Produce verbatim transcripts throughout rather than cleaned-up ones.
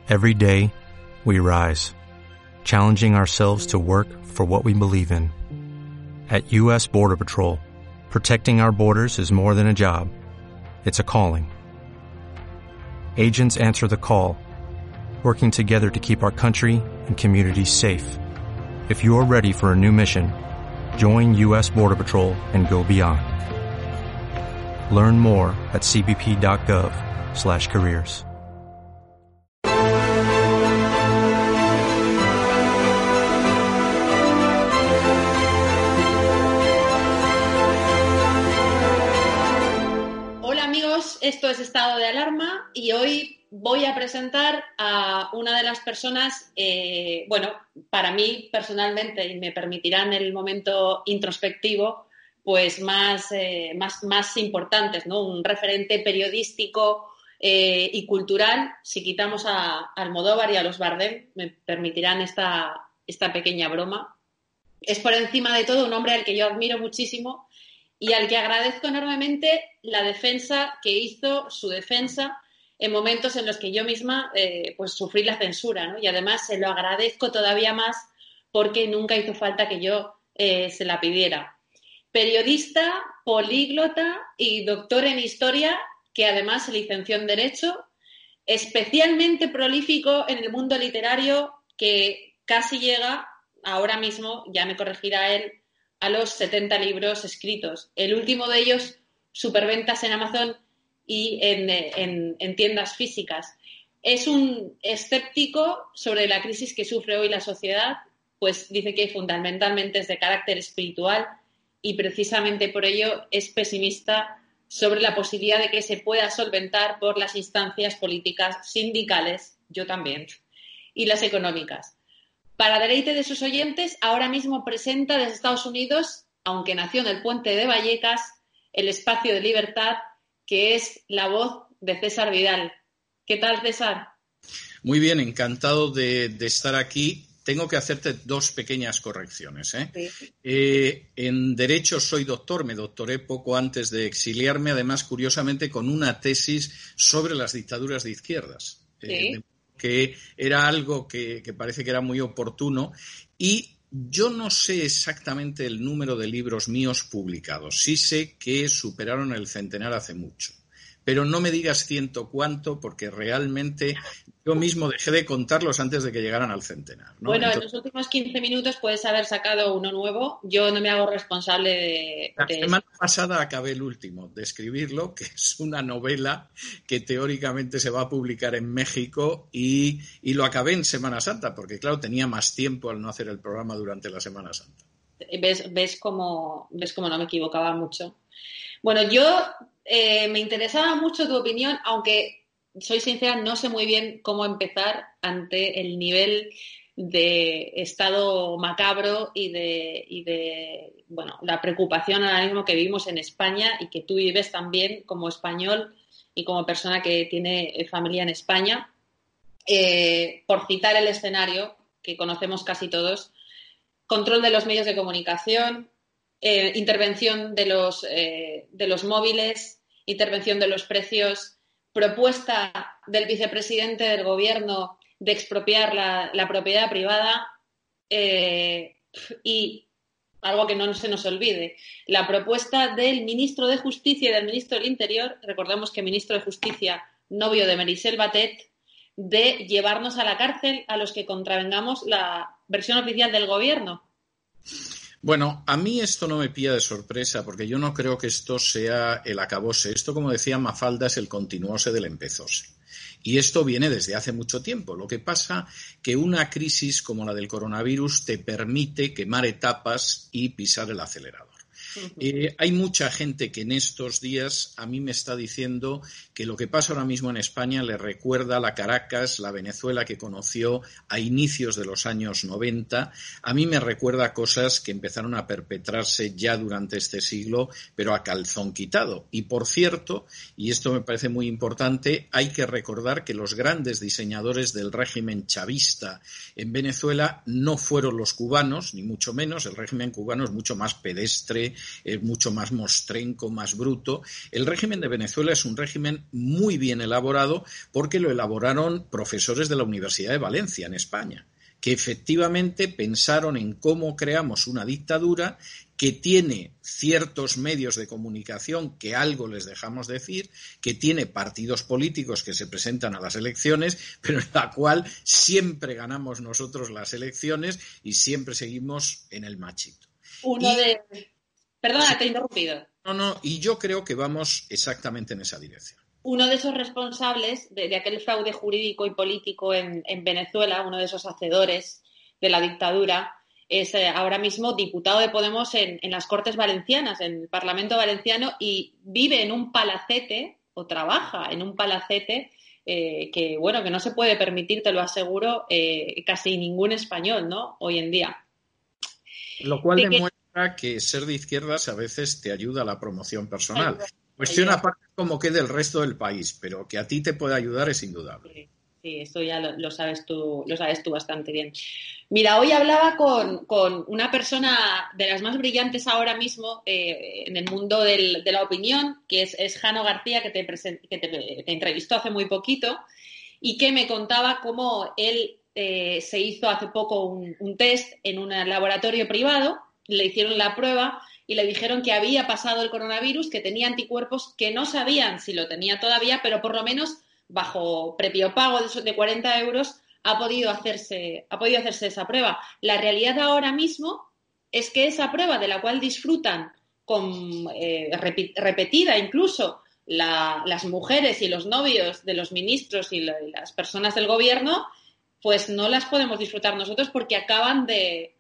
Every day, we rise, challenging ourselves to work for what we believe in. At U S Border Patrol, protecting our borders is more than a job. It's a calling. Agents answer the call, working together to keep our country and communities safe. If you're ready for a new mission, join U S Border Patrol and go beyond. Learn more at c b p dot gov slash careers. Hola amigos, esto es Estado de Alarma y hoy voy a presentar a una de las personas, eh, bueno, para mí personalmente, y me permitirán el momento introspectivo, pues más, eh, más, más importantes, ¿no? Un referente periodístico eh, y cultural. Si quitamos a, a Almodóvar y a los Bardem, me permitirán esta, esta pequeña broma. Es por encima de todo un hombre al que yo admiro muchísimo y al que agradezco enormemente la defensa que hizo, su defensa, en momentos en los que yo misma eh, pues sufrí la censura, ¿no? Y además se lo agradezco todavía más porque nunca hizo falta que yo eh, se la pidiera. Periodista, políglota y doctor en Historia, que además se licenció en Derecho, especialmente prolífico en el mundo literario, que casi llega, ahora mismo, ya me corregirá él, a los setenta libros escritos. El último de ellos, superventas en Amazon y en, en, en tiendas físicas. Es un escéptico sobre la crisis que sufre hoy la sociedad, pues dice que fundamentalmente es de carácter espiritual y precisamente por ello es pesimista sobre la posibilidad de que se pueda solventar por las instancias políticas sindicales, yo también, y las económicas. Para deleite de sus oyentes, ahora mismo presenta desde Estados Unidos, aunque nació en el Puente de Vallecas, el Espacio de Libertad, que es la voz de César Vidal. ¿Qué tal, César? Muy bien, encantado de, de estar aquí. Tengo que hacerte dos pequeñas correcciones, ¿eh? Sí. Eh, en Derecho soy doctor, me doctoré poco antes de exiliarme, además, curiosamente, con una tesis sobre las dictaduras de izquierdas, sí. eh, que era algo que, que parece que era muy oportuno y yo no sé exactamente el número de libros míos publicados, sí sé que superaron el centenar hace mucho. Pero no me digas ciento cuánto, porque realmente yo mismo dejé de contarlos antes de que llegaran al centenar, ¿no? Bueno, Entonces, en los últimos quince minutos puedes haber sacado uno nuevo. Yo no me hago responsable de... La de... semana pasada acabé el último de escribirlo, que es una novela que teóricamente se va a publicar en México y, y lo acabé en Semana Santa, porque claro, tenía más tiempo al no hacer el programa durante la Semana Santa. ¿Ves, ves cómo, ves cómo no me equivocaba mucho? Bueno, yo eh, me interesaba mucho tu opinión, aunque soy sincera, no sé muy bien cómo empezar ante el nivel de estado macabro y de, y de bueno, la preocupación ahora mismo que vivimos en España y que tú vives también como español y como persona que tiene familia en España. Eh, por citar el escenario que conocemos casi todos, control de los medios de comunicación, eh, intervención de los, eh, de los móviles, intervención de los precios, propuesta del vicepresidente del gobierno de expropiar la, la propiedad privada eh, y algo que no se nos olvide, la propuesta del ministro de Justicia y del ministro del Interior, recordemos que ministro de Justicia, novio de Meritxell Batet, de llevarnos a la cárcel a los que contravengamos la versión oficial del gobierno. Bueno, a mí esto no me pilla de sorpresa, porque yo no creo que esto sea el acabose. Esto, como decía Mafalda, es el continuose del empezose. Y esto viene desde hace mucho tiempo. Lo que pasa que una crisis como la del coronavirus te permite quemar etapas y pisar el acelerador. Eh, hay mucha gente que en estos días a mí me está diciendo que lo que pasa ahora mismo en España le recuerda a la Caracas, la Venezuela que conoció a inicios de los años noventa. A mí me recuerda cosas que empezaron a perpetrarse ya durante este siglo, pero a calzón quitado. Y por cierto, y esto me parece muy importante, hay que recordar que los grandes diseñadores del régimen chavista en Venezuela no fueron los cubanos, ni mucho menos. El régimen cubano es mucho más pedestre, es mucho más mostrenco, más bruto. El régimen de Venezuela es un régimen muy bien elaborado porque lo elaboraron profesores de la Universidad de Valencia, en España, que efectivamente pensaron en cómo creamos una dictadura que tiene ciertos medios de comunicación que algo les dejamos decir, que tiene partidos políticos que se presentan a las elecciones, pero en la cual siempre ganamos nosotros las elecciones y siempre seguimos en el machito. Uno y, de... Perdona, sí, te he interrumpido. No, no, y yo creo que vamos exactamente en esa dirección. Uno de esos responsables de, de aquel fraude jurídico y político en, en Venezuela, uno de esos hacedores de la dictadura, es eh, ahora mismo diputado de Podemos en, en las Cortes Valencianas, en el Parlamento Valenciano, y vive en un palacete, o trabaja en un palacete, eh, que, bueno, que no se puede permitir, te lo aseguro, eh, casi ningún español, ¿no?, hoy en día. Lo cual de demuestra que... que ser de izquierdas a veces te ayuda a la promoción personal. Cuestión aparte como que del resto del país, pero que a ti te puede ayudar es indudable. Sí, sí, esto ya lo, lo sabes tú, lo sabes tú bastante bien. Mira, hoy hablaba con, con una persona de las más brillantes ahora mismo eh, en el mundo del, de la opinión, que es, es Jano García, que, te, present, que te, te entrevistó hace muy poquito y que me contaba cómo él eh, se hizo hace poco un, un test en un laboratorio privado, le hicieron la prueba y le dijeron que había pasado el coronavirus, que tenía anticuerpos, que no sabían si lo tenía todavía, pero por lo menos bajo previo pago de, de cuarenta euros ha podido hacerse, ha podido hacerse esa prueba. La realidad ahora mismo es que esa prueba, de la cual disfrutan con, eh, repetida incluso la, las mujeres y los novios de los ministros y, la, y las personas del gobierno, pues no las podemos disfrutar nosotros porque acaban de,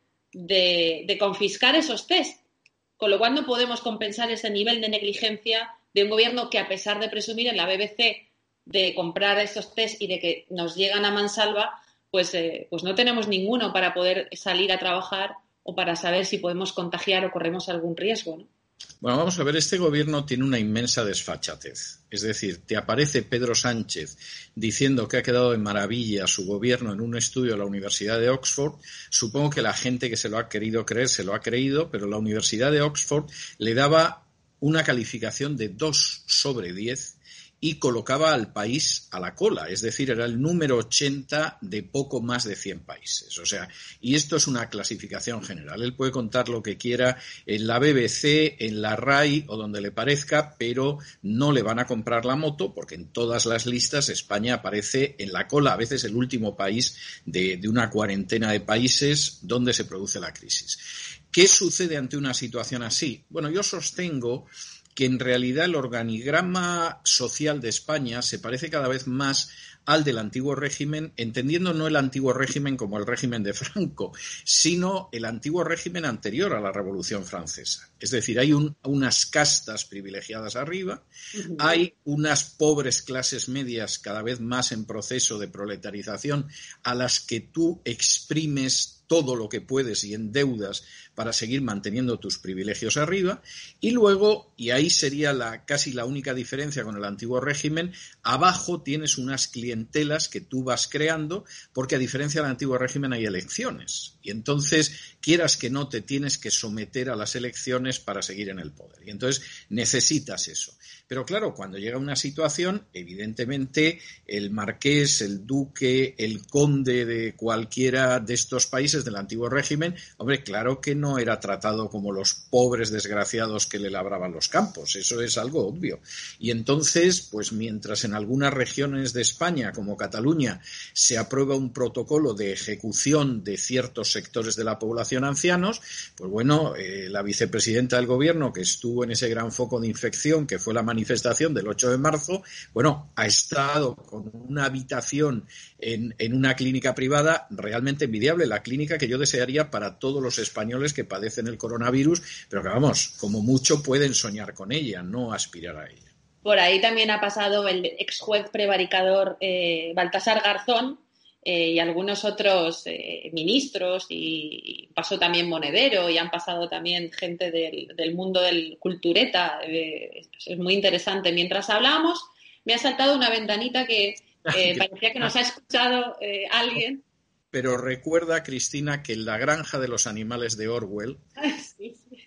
de, de confiscar esos test. Con lo cual no podemos compensar ese nivel de negligencia de un gobierno que, a pesar de presumir en la B B C de comprar esos test y de que nos llegan a mansalva, pues, eh, pues no tenemos ninguno para poder salir a trabajar o para saber si podemos contagiar o corremos algún riesgo, ¿no? Bueno, vamos a ver, este gobierno tiene una inmensa desfachatez. Es decir, te aparece Pedro Sánchez diciendo que ha quedado de maravilla su gobierno en un estudio de la Universidad de Oxford. Supongo que la gente que se lo ha querido creer se lo ha creído, pero la Universidad de Oxford le daba una calificación de dos sobre diez y colocaba al país a la cola, es decir, era el número ochenta de poco más de cien países. O sea, y esto es una clasificación general. Él puede contar lo que quiera en la B B C, en la R A I o donde le parezca, pero no le van a comprar la moto porque en todas las listas España aparece en la cola, a veces el último país de, de una cuarentena de países donde se produce la crisis. ¿Qué sucede ante una situación así? Bueno, yo sostengo que en realidad el organigrama social de España se parece cada vez más al del antiguo régimen, entendiendo no el antiguo régimen como el régimen de Franco, sino el antiguo régimen anterior a la Revolución Francesa. Es decir, hay un, unas castas privilegiadas arriba, hay unas pobres clases medias cada vez más en proceso de proletarización a las que tú exprimes todo lo que puedes y endeudas para seguir manteniendo tus privilegios arriba, y luego, y ahí sería la, casi la única diferencia con el antiguo régimen, abajo tienes unas clientelas que tú vas creando, porque a diferencia del antiguo régimen hay elecciones, y entonces, quieras que no, te tienes que someter a las elecciones para seguir en el poder, y entonces necesitas eso. Pero claro, cuando llega una situación, evidentemente el marqués, el duque, el conde de cualquiera de estos países del antiguo régimen, hombre, claro que no era tratado como los pobres desgraciados que le labraban los campos, eso es algo obvio. Y entonces, pues mientras en algunas regiones de España, como Cataluña, se aprueba un protocolo de ejecución de ciertos sectores de la población ancianos, pues bueno, eh, la vicepresidenta del gobierno, que estuvo en ese gran foco de infección que fue la manifestación del ocho de marzo, bueno, ha estado con una habitación en, en una clínica privada realmente envidiable, la clínica que yo desearía para todos los españoles que padecen el coronavirus, pero que vamos, como mucho pueden soñar con ella, no aspirar a ella. Por ahí también ha pasado el ex juez prevaricador eh, Baltasar Garzón eh, y algunos otros eh, ministros, y, y pasó también Monedero, y han pasado también gente del, del mundo del cultureta. Eh, es muy interesante. Mientras hablábamos, me ha saltado una ventanita que eh, parecía que nos ha escuchado eh, alguien. Pero recuerda, Cristina, que en La granja de los animales de Orwell, sí, sí.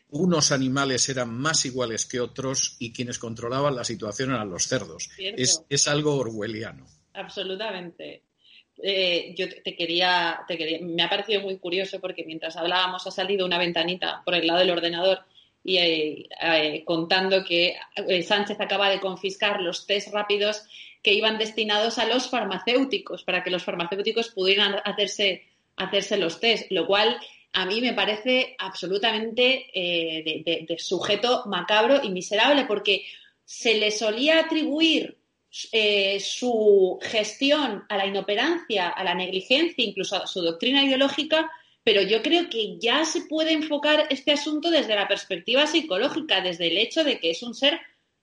unos animales eran más iguales que otros y quienes controlaban la situación eran los cerdos. Es, es algo orwelliano. Absolutamente. Eh, yo te quería, te quería, me ha parecido muy curioso porque mientras hablábamos ha salido una ventanita por el lado del ordenador y eh, eh, contando que eh, Sánchez acaba de confiscar los test rápidos que iban destinados a los farmacéuticos para que los farmacéuticos pudieran hacerse, hacerse los test, lo cual a mí me parece absolutamente eh, de, de, de sujeto macabro y miserable porque se le solía atribuir Eh, su gestión a la inoperancia, a la negligencia, incluso a su doctrina ideológica, pero yo creo que ya se puede enfocar este asunto desde la perspectiva psicológica, desde el hecho de que es un ser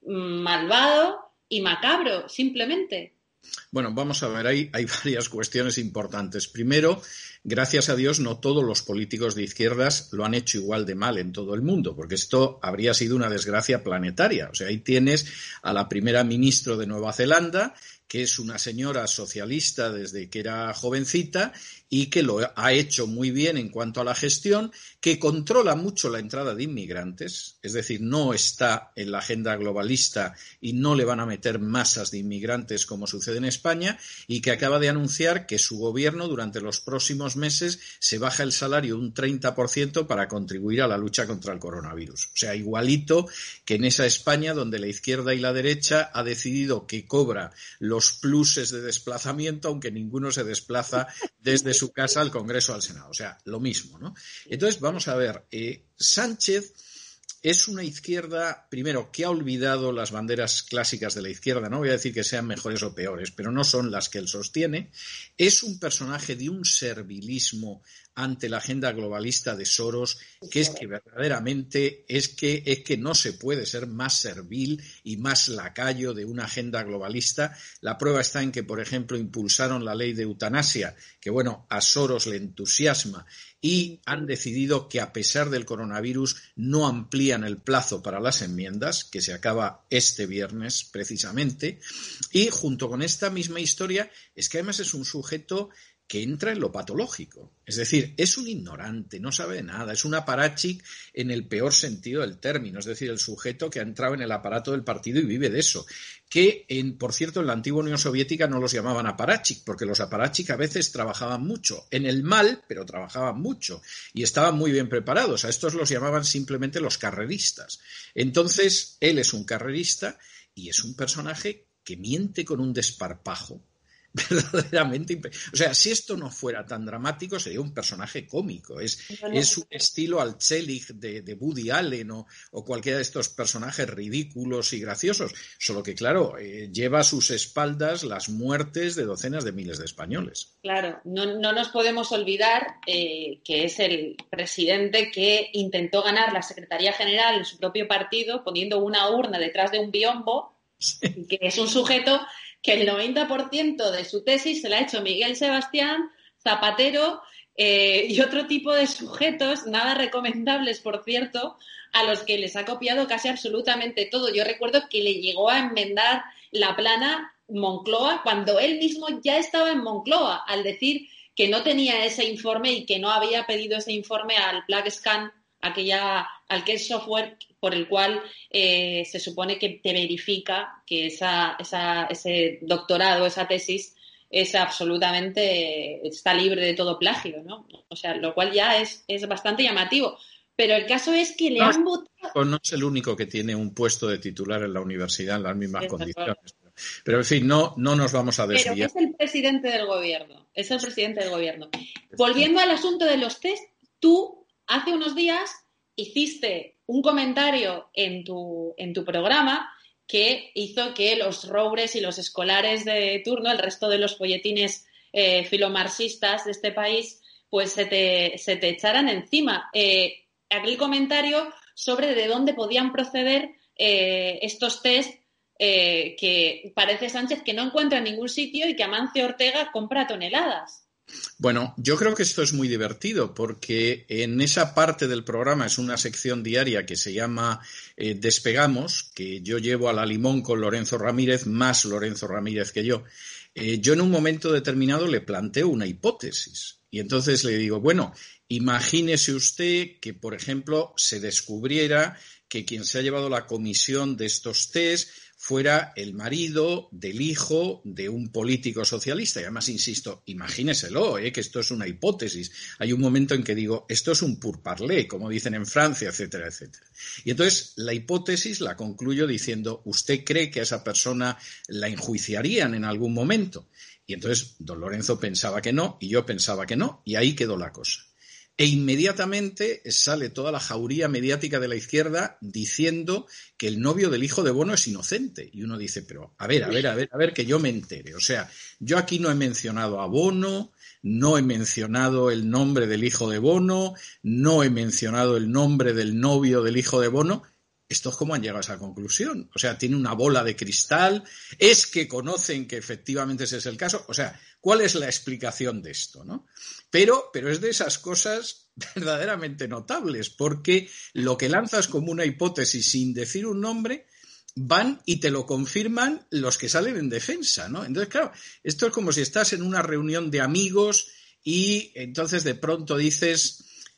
malvado y macabro, simplemente. Bueno, vamos a ver, hay, hay varias cuestiones importantes. Primero, gracias a Dios, no todos los políticos de izquierdas lo han hecho igual de mal en todo el mundo, porque esto habría sido una desgracia planetaria. O sea, ahí tienes a la primera ministra de Nueva Zelanda, que es una señora socialista desde que era jovencita y que lo ha hecho muy bien en cuanto a la gestión, que controla mucho la entrada de inmigrantes, es decir, no está en la agenda globalista y no le van a meter masas de inmigrantes como sucede en España, y que acaba de anunciar que su gobierno durante los próximos meses se baja el salario un treinta por ciento para contribuir a la lucha contra el coronavirus. O sea, igualito que en esa España donde la izquierda y la derecha ha decidido que cobra los pluses de desplazamiento, aunque ninguno se desplaza desde su casa al Congreso o al Senado. O sea, lo mismo, ¿no? Entonces, vamos a ver, eh, Sánchez es una izquierda, primero, que ha olvidado las banderas clásicas de la izquierda. No voy a decir que sean mejores o peores, pero no son las que él sostiene. Es un personaje de un servilismo ante la agenda globalista de Soros, que es que verdaderamente es que, es que no se puede ser más servil y más lacayo de una agenda globalista. La prueba está en que, por ejemplo, impulsaron la ley de eutanasia, que bueno, a Soros le entusiasma, y han decidido que a pesar del coronavirus no amplían el plazo para las enmiendas, que se acaba este viernes precisamente, y junto con esta misma historia es que además es un sujeto que entra en lo patológico. Es decir, es un ignorante, no sabe de nada, es un aparachic en el peor sentido del término, es decir, el sujeto que ha entrado en el aparato del partido y vive de eso. Que, en, por cierto, en la antigua Unión Soviética no los llamaban aparachic, porque los aparachic a veces trabajaban mucho, en el mal, pero trabajaban mucho, y estaban muy bien preparados. A estos los llamaban simplemente los carreristas. Entonces, él es un carrerista y es un personaje que miente con un desparpajo verdaderamente. O sea, si esto no fuera tan dramático, sería un personaje cómico. Es, no, no. es un estilo al Selig de, de Woody Allen o, o cualquiera de estos personajes ridículos y graciosos. Solo que, claro, eh, lleva a sus espaldas las muertes de docenas de miles de españoles. Claro, no, no nos podemos olvidar eh, que es el presidente que intentó ganar la Secretaría General en su propio partido poniendo una urna detrás de un biombo, sí. Que es un sujeto que el noventa por ciento de su tesis se la ha hecho Miguel Sebastián, Zapatero eh, y otro tipo de sujetos, nada recomendables, por cierto, a los que les ha copiado casi absolutamente todo. Yo recuerdo que le llegó a enmendar la plana Moncloa cuando él mismo ya estaba en Moncloa, al decir que no tenía ese informe y que no había pedido ese informe al PlugScan, aquella, aquel software por el cual eh, se supone que te verifica que esa, esa, ese doctorado, esa tesis, es absolutamente, está libre de todo plagio, ¿no? O sea, lo cual ya es, es bastante llamativo. Pero el caso es que le no, han votado... No es el único que tiene un puesto de titular en la universidad en las mismas Exacto. condiciones. Pero, en fin, no, no nos vamos a desviar. Pero es el presidente del gobierno, es el presidente del gobierno. Volviendo al asunto de los test, tú hace unos días hiciste un comentario en tu, en tu programa que hizo que los roures y los escolares de turno, el resto de los folletines eh, filomarxistas de este país, pues se te, se te echaran encima. Eh, aquel comentario sobre de dónde podían proceder eh, estos test eh, que parece Sánchez que no encuentra en ningún sitio y que Amancio Ortega compra toneladas. Bueno, yo creo que esto es muy divertido porque en esa parte del programa es una sección diaria que se llama eh, Despegamos, que yo llevo a la limón con Lorenzo Ramírez, más Lorenzo Ramírez que yo. Eh, yo en un momento determinado le planteo una hipótesis Y entonces le digo, bueno, imagínese usted que, por ejemplo, se descubriera que quien se ha llevado la comisión de estos test fuera el marido del hijo de un político socialista. Y además, insisto, imagíneselo, ¿eh? Que esto es una hipótesis. Hay un momento en que digo, esto es un pourparlers, como dicen en Francia, etcétera, etcétera. Y entonces la hipótesis la concluyo diciendo, ¿usted cree que a esa persona la enjuiciarían en algún momento? Y entonces don Lorenzo pensaba que no, y yo pensaba que no, y ahí quedó la cosa. E inmediatamente sale toda la jauría mediática de la izquierda diciendo que el novio del hijo de Bono es inocente. Y uno dice, pero a ver, a ver, a ver, a ver, que yo me entere. O sea, yo aquí no he mencionado a Bono, no he mencionado el nombre del hijo de Bono, no he mencionado el nombre del novio del hijo de Bono. ¿Estos cómo han llegado a esa conclusión? O sea, ¿tiene una bola de cristal? ¿Es que conocen que efectivamente ese es el caso? O sea, ¿cuál es la explicación de esto, no? Pero, pero es de esas cosas verdaderamente notables, porque lo que lanzas como una hipótesis sin decir un nombre, van y te lo confirman los que salen en defensa, ¿no? Entonces, claro, esto es como si estás en una reunión de amigos y entonces de pronto dices...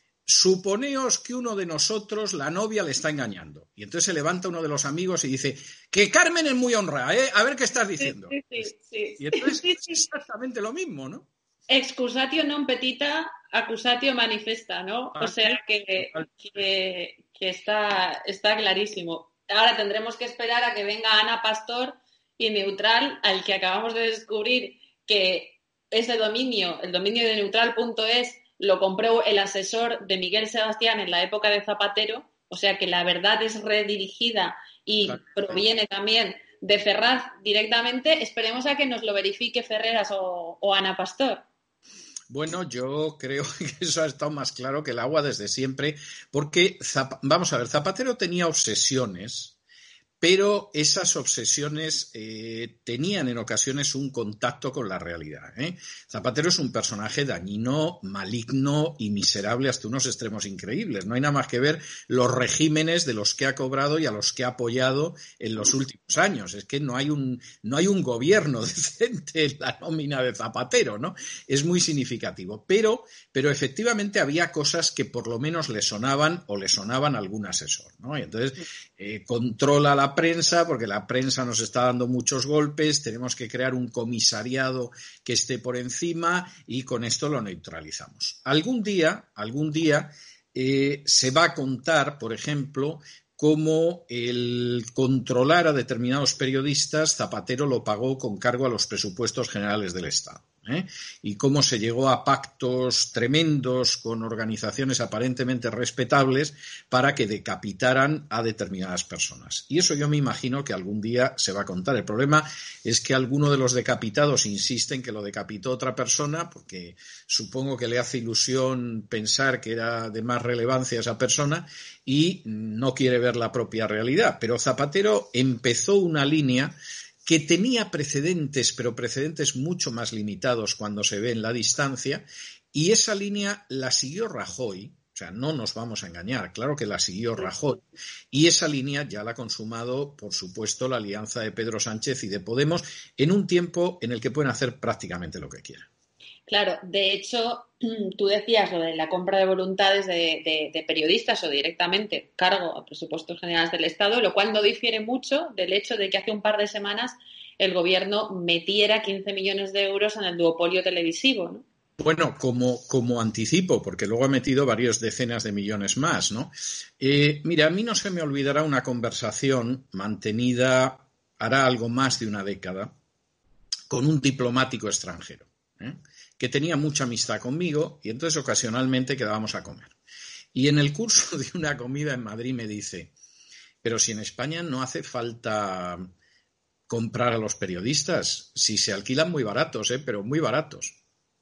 Suponeos que uno de nosotros, la novia, le está engañando. Y entonces se levanta uno de los amigos y dice, que Carmen es muy honrada, ¿eh? A ver qué estás diciendo. Sí, sí, sí, sí. Y entonces sí, sí. es exactamente lo mismo, ¿no? Excusatio non petita, accusatio manifesta, ¿no? O sea que, que, que está, está clarísimo. Ahora tendremos que esperar a que venga Ana Pastor y Neutral, al que acabamos de descubrir que ese dominio, el dominio de neutral punto es, lo compró el asesor de Miguel Sebastián en la época de Zapatero, o sea que la verdad es redirigida y proviene también de Ferraz directamente. Esperemos a que nos lo verifique Ferreras o, o Ana Pastor. Bueno, yo creo que eso ha estado más claro que el agua desde siempre, porque, Zap- vamos a ver, Zapatero tenía obsesiones, pero esas obsesiones eh, tenían en ocasiones un contacto con la realidad, ¿eh? Zapatero es un personaje dañino, maligno y miserable hasta unos extremos increíbles. No hay nada más que ver los regímenes de los que ha cobrado y a los que ha apoyado en los últimos años. Es que no hay un, no hay un gobierno decente en la nómina de Zapatero, ¿no? Es muy significativo. Pero, pero efectivamente había cosas que por lo menos le sonaban o le sonaban a algún asesor, ¿no? Y entonces eh, controla la prensa, porque la prensa nos está dando muchos golpes, tenemos que crear un comisariado que esté por encima y con esto lo neutralizamos. Algún día, algún día eh, se va a contar, por ejemplo, cómo el controlar a determinados periodistas, Zapatero lo pagó con cargo a los presupuestos generales del Estado. ¿Eh? Y cómo se llegó a pactos tremendos con organizaciones aparentemente respetables para que decapitaran a determinadas personas. Y eso yo me imagino que algún día se va a contar. El problema es que alguno de los decapitados insiste en que lo decapitó otra persona, porque supongo que le hace ilusión pensar que era de más relevancia esa persona y no quiere ver la propia realidad. Pero Zapatero empezó una línea que tenía precedentes, pero precedentes mucho más limitados cuando se ve en la distancia, y esa línea la siguió Rajoy, o sea, no nos vamos a engañar, claro que la siguió Rajoy, y esa línea ya la ha consumado, por supuesto, la alianza de Pedro Sánchez y de Podemos, en un tiempo en el que pueden hacer prácticamente lo que quieran. Claro, de hecho, tú decías lo de la compra de voluntades de, de, de periodistas o directamente cargo a presupuestos generales del Estado, lo cual no difiere mucho del hecho de que hace un par de semanas el gobierno metiera quince millones de euros en el duopolio televisivo, ¿no? Bueno, como, como anticipo, porque luego ha metido varias decenas de millones más, ¿no? Eh, mira, a mí no se me olvidará una conversación mantenida hará algo más de una década con un diplomático extranjero, ¿eh? que tenía mucha amistad conmigo y entonces ocasionalmente quedábamos a comer. Y en el curso de una comida en Madrid me dice, pero si en España no hace falta comprar a los periodistas, si se alquilan muy baratos, ¿eh? pero muy baratos.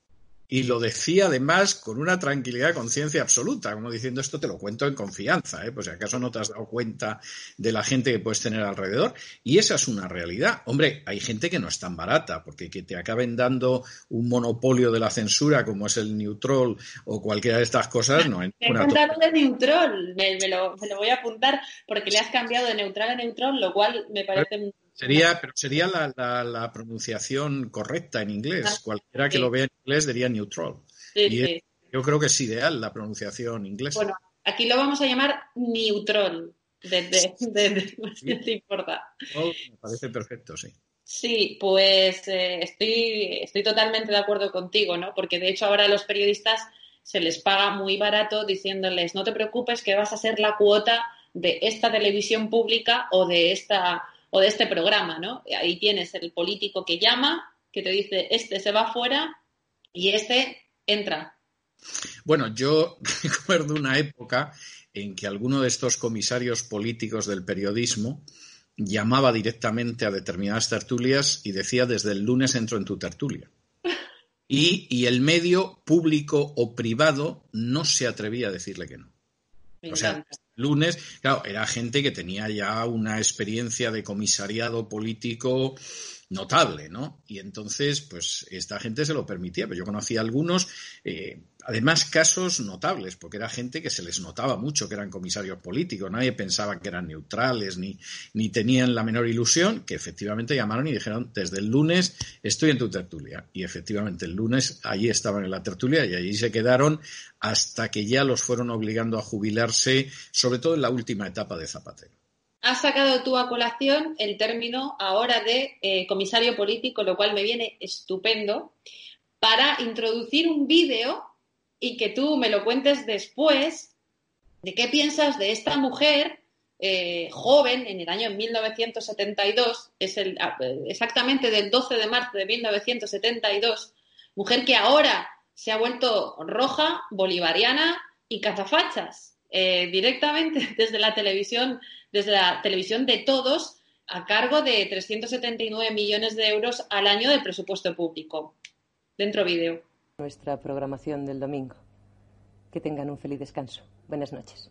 Y lo decía además con una tranquilidad de conciencia absoluta, como diciendo esto te lo cuento en confianza, ¿eh? pues si acaso no te has dado cuenta de la gente que puedes tener alrededor. Y esa es una realidad. Hombre, hay gente que no es tan barata, porque que te acaben dando un monopolio de la censura como es el Neutrol o cualquiera de estas cosas, no es Me he una contado de Neutrol, me, me, lo, me lo voy a apuntar porque le has cambiado de neutral a Neutrol, lo cual me parece... Muy... Sería, pero sería la, la, la pronunciación correcta en inglés. Ah, Cualquiera que sí. lo vea en inglés diría neutral. Sí, y sí. es, yo creo que es ideal la pronunciación inglesa. Bueno, aquí lo vamos a llamar Neutrol, de, de, de, de, de, ¿te importa? Oh, me parece perfecto, sí. Sí, pues eh, estoy, estoy totalmente de acuerdo contigo, ¿no? Porque de hecho ahora a los periodistas se les paga muy barato diciéndoles no te preocupes que vas a ser la cuota de esta televisión pública o de esta o de este programa, ¿no? Ahí tienes el político que llama, que te dice este se va fuera y este entra. Bueno, yo recuerdo una época en que alguno de estos comisarios políticos del periodismo llamaba directamente a determinadas tertulias y decía desde el lunes entro en tu tertulia. Y, y el medio público o privado no se atrevía a decirle que no. Me o sea, encanta. lunes, claro, era gente que tenía ya una experiencia de comisariado político notable, ¿no? Y entonces, pues, esta gente se lo permitía, pero yo conocía algunos, eh, además casos notables, porque era gente que se les notaba mucho que eran comisarios políticos, nadie pensaba que eran neutrales, ni, ni tenían la menor ilusión, que efectivamente llamaron y dijeron, desde el lunes estoy en tu tertulia, y efectivamente el lunes allí estaban en la tertulia y allí se quedaron hasta que ya los fueron obligando a jubilarse, sobre todo en la última etapa de Zapatero. Has sacado tú a colación el término ahora de eh, comisario político, lo cual me viene estupendo, para introducir un vídeo y que tú me lo cuentes después de qué piensas de esta mujer eh, joven en el año mil novecientos setenta y dos, es el, exactamente del doce de marzo de mil novecientos setenta y dos, mujer que ahora se ha vuelto roja, bolivariana y cazafachas, eh, directamente desde la televisión desde la televisión de todos, a cargo de trescientos setenta y nueve millones de euros al año del presupuesto público. Dentro vídeo. Nuestra programación del domingo. Que tengan un feliz descanso. Buenas noches.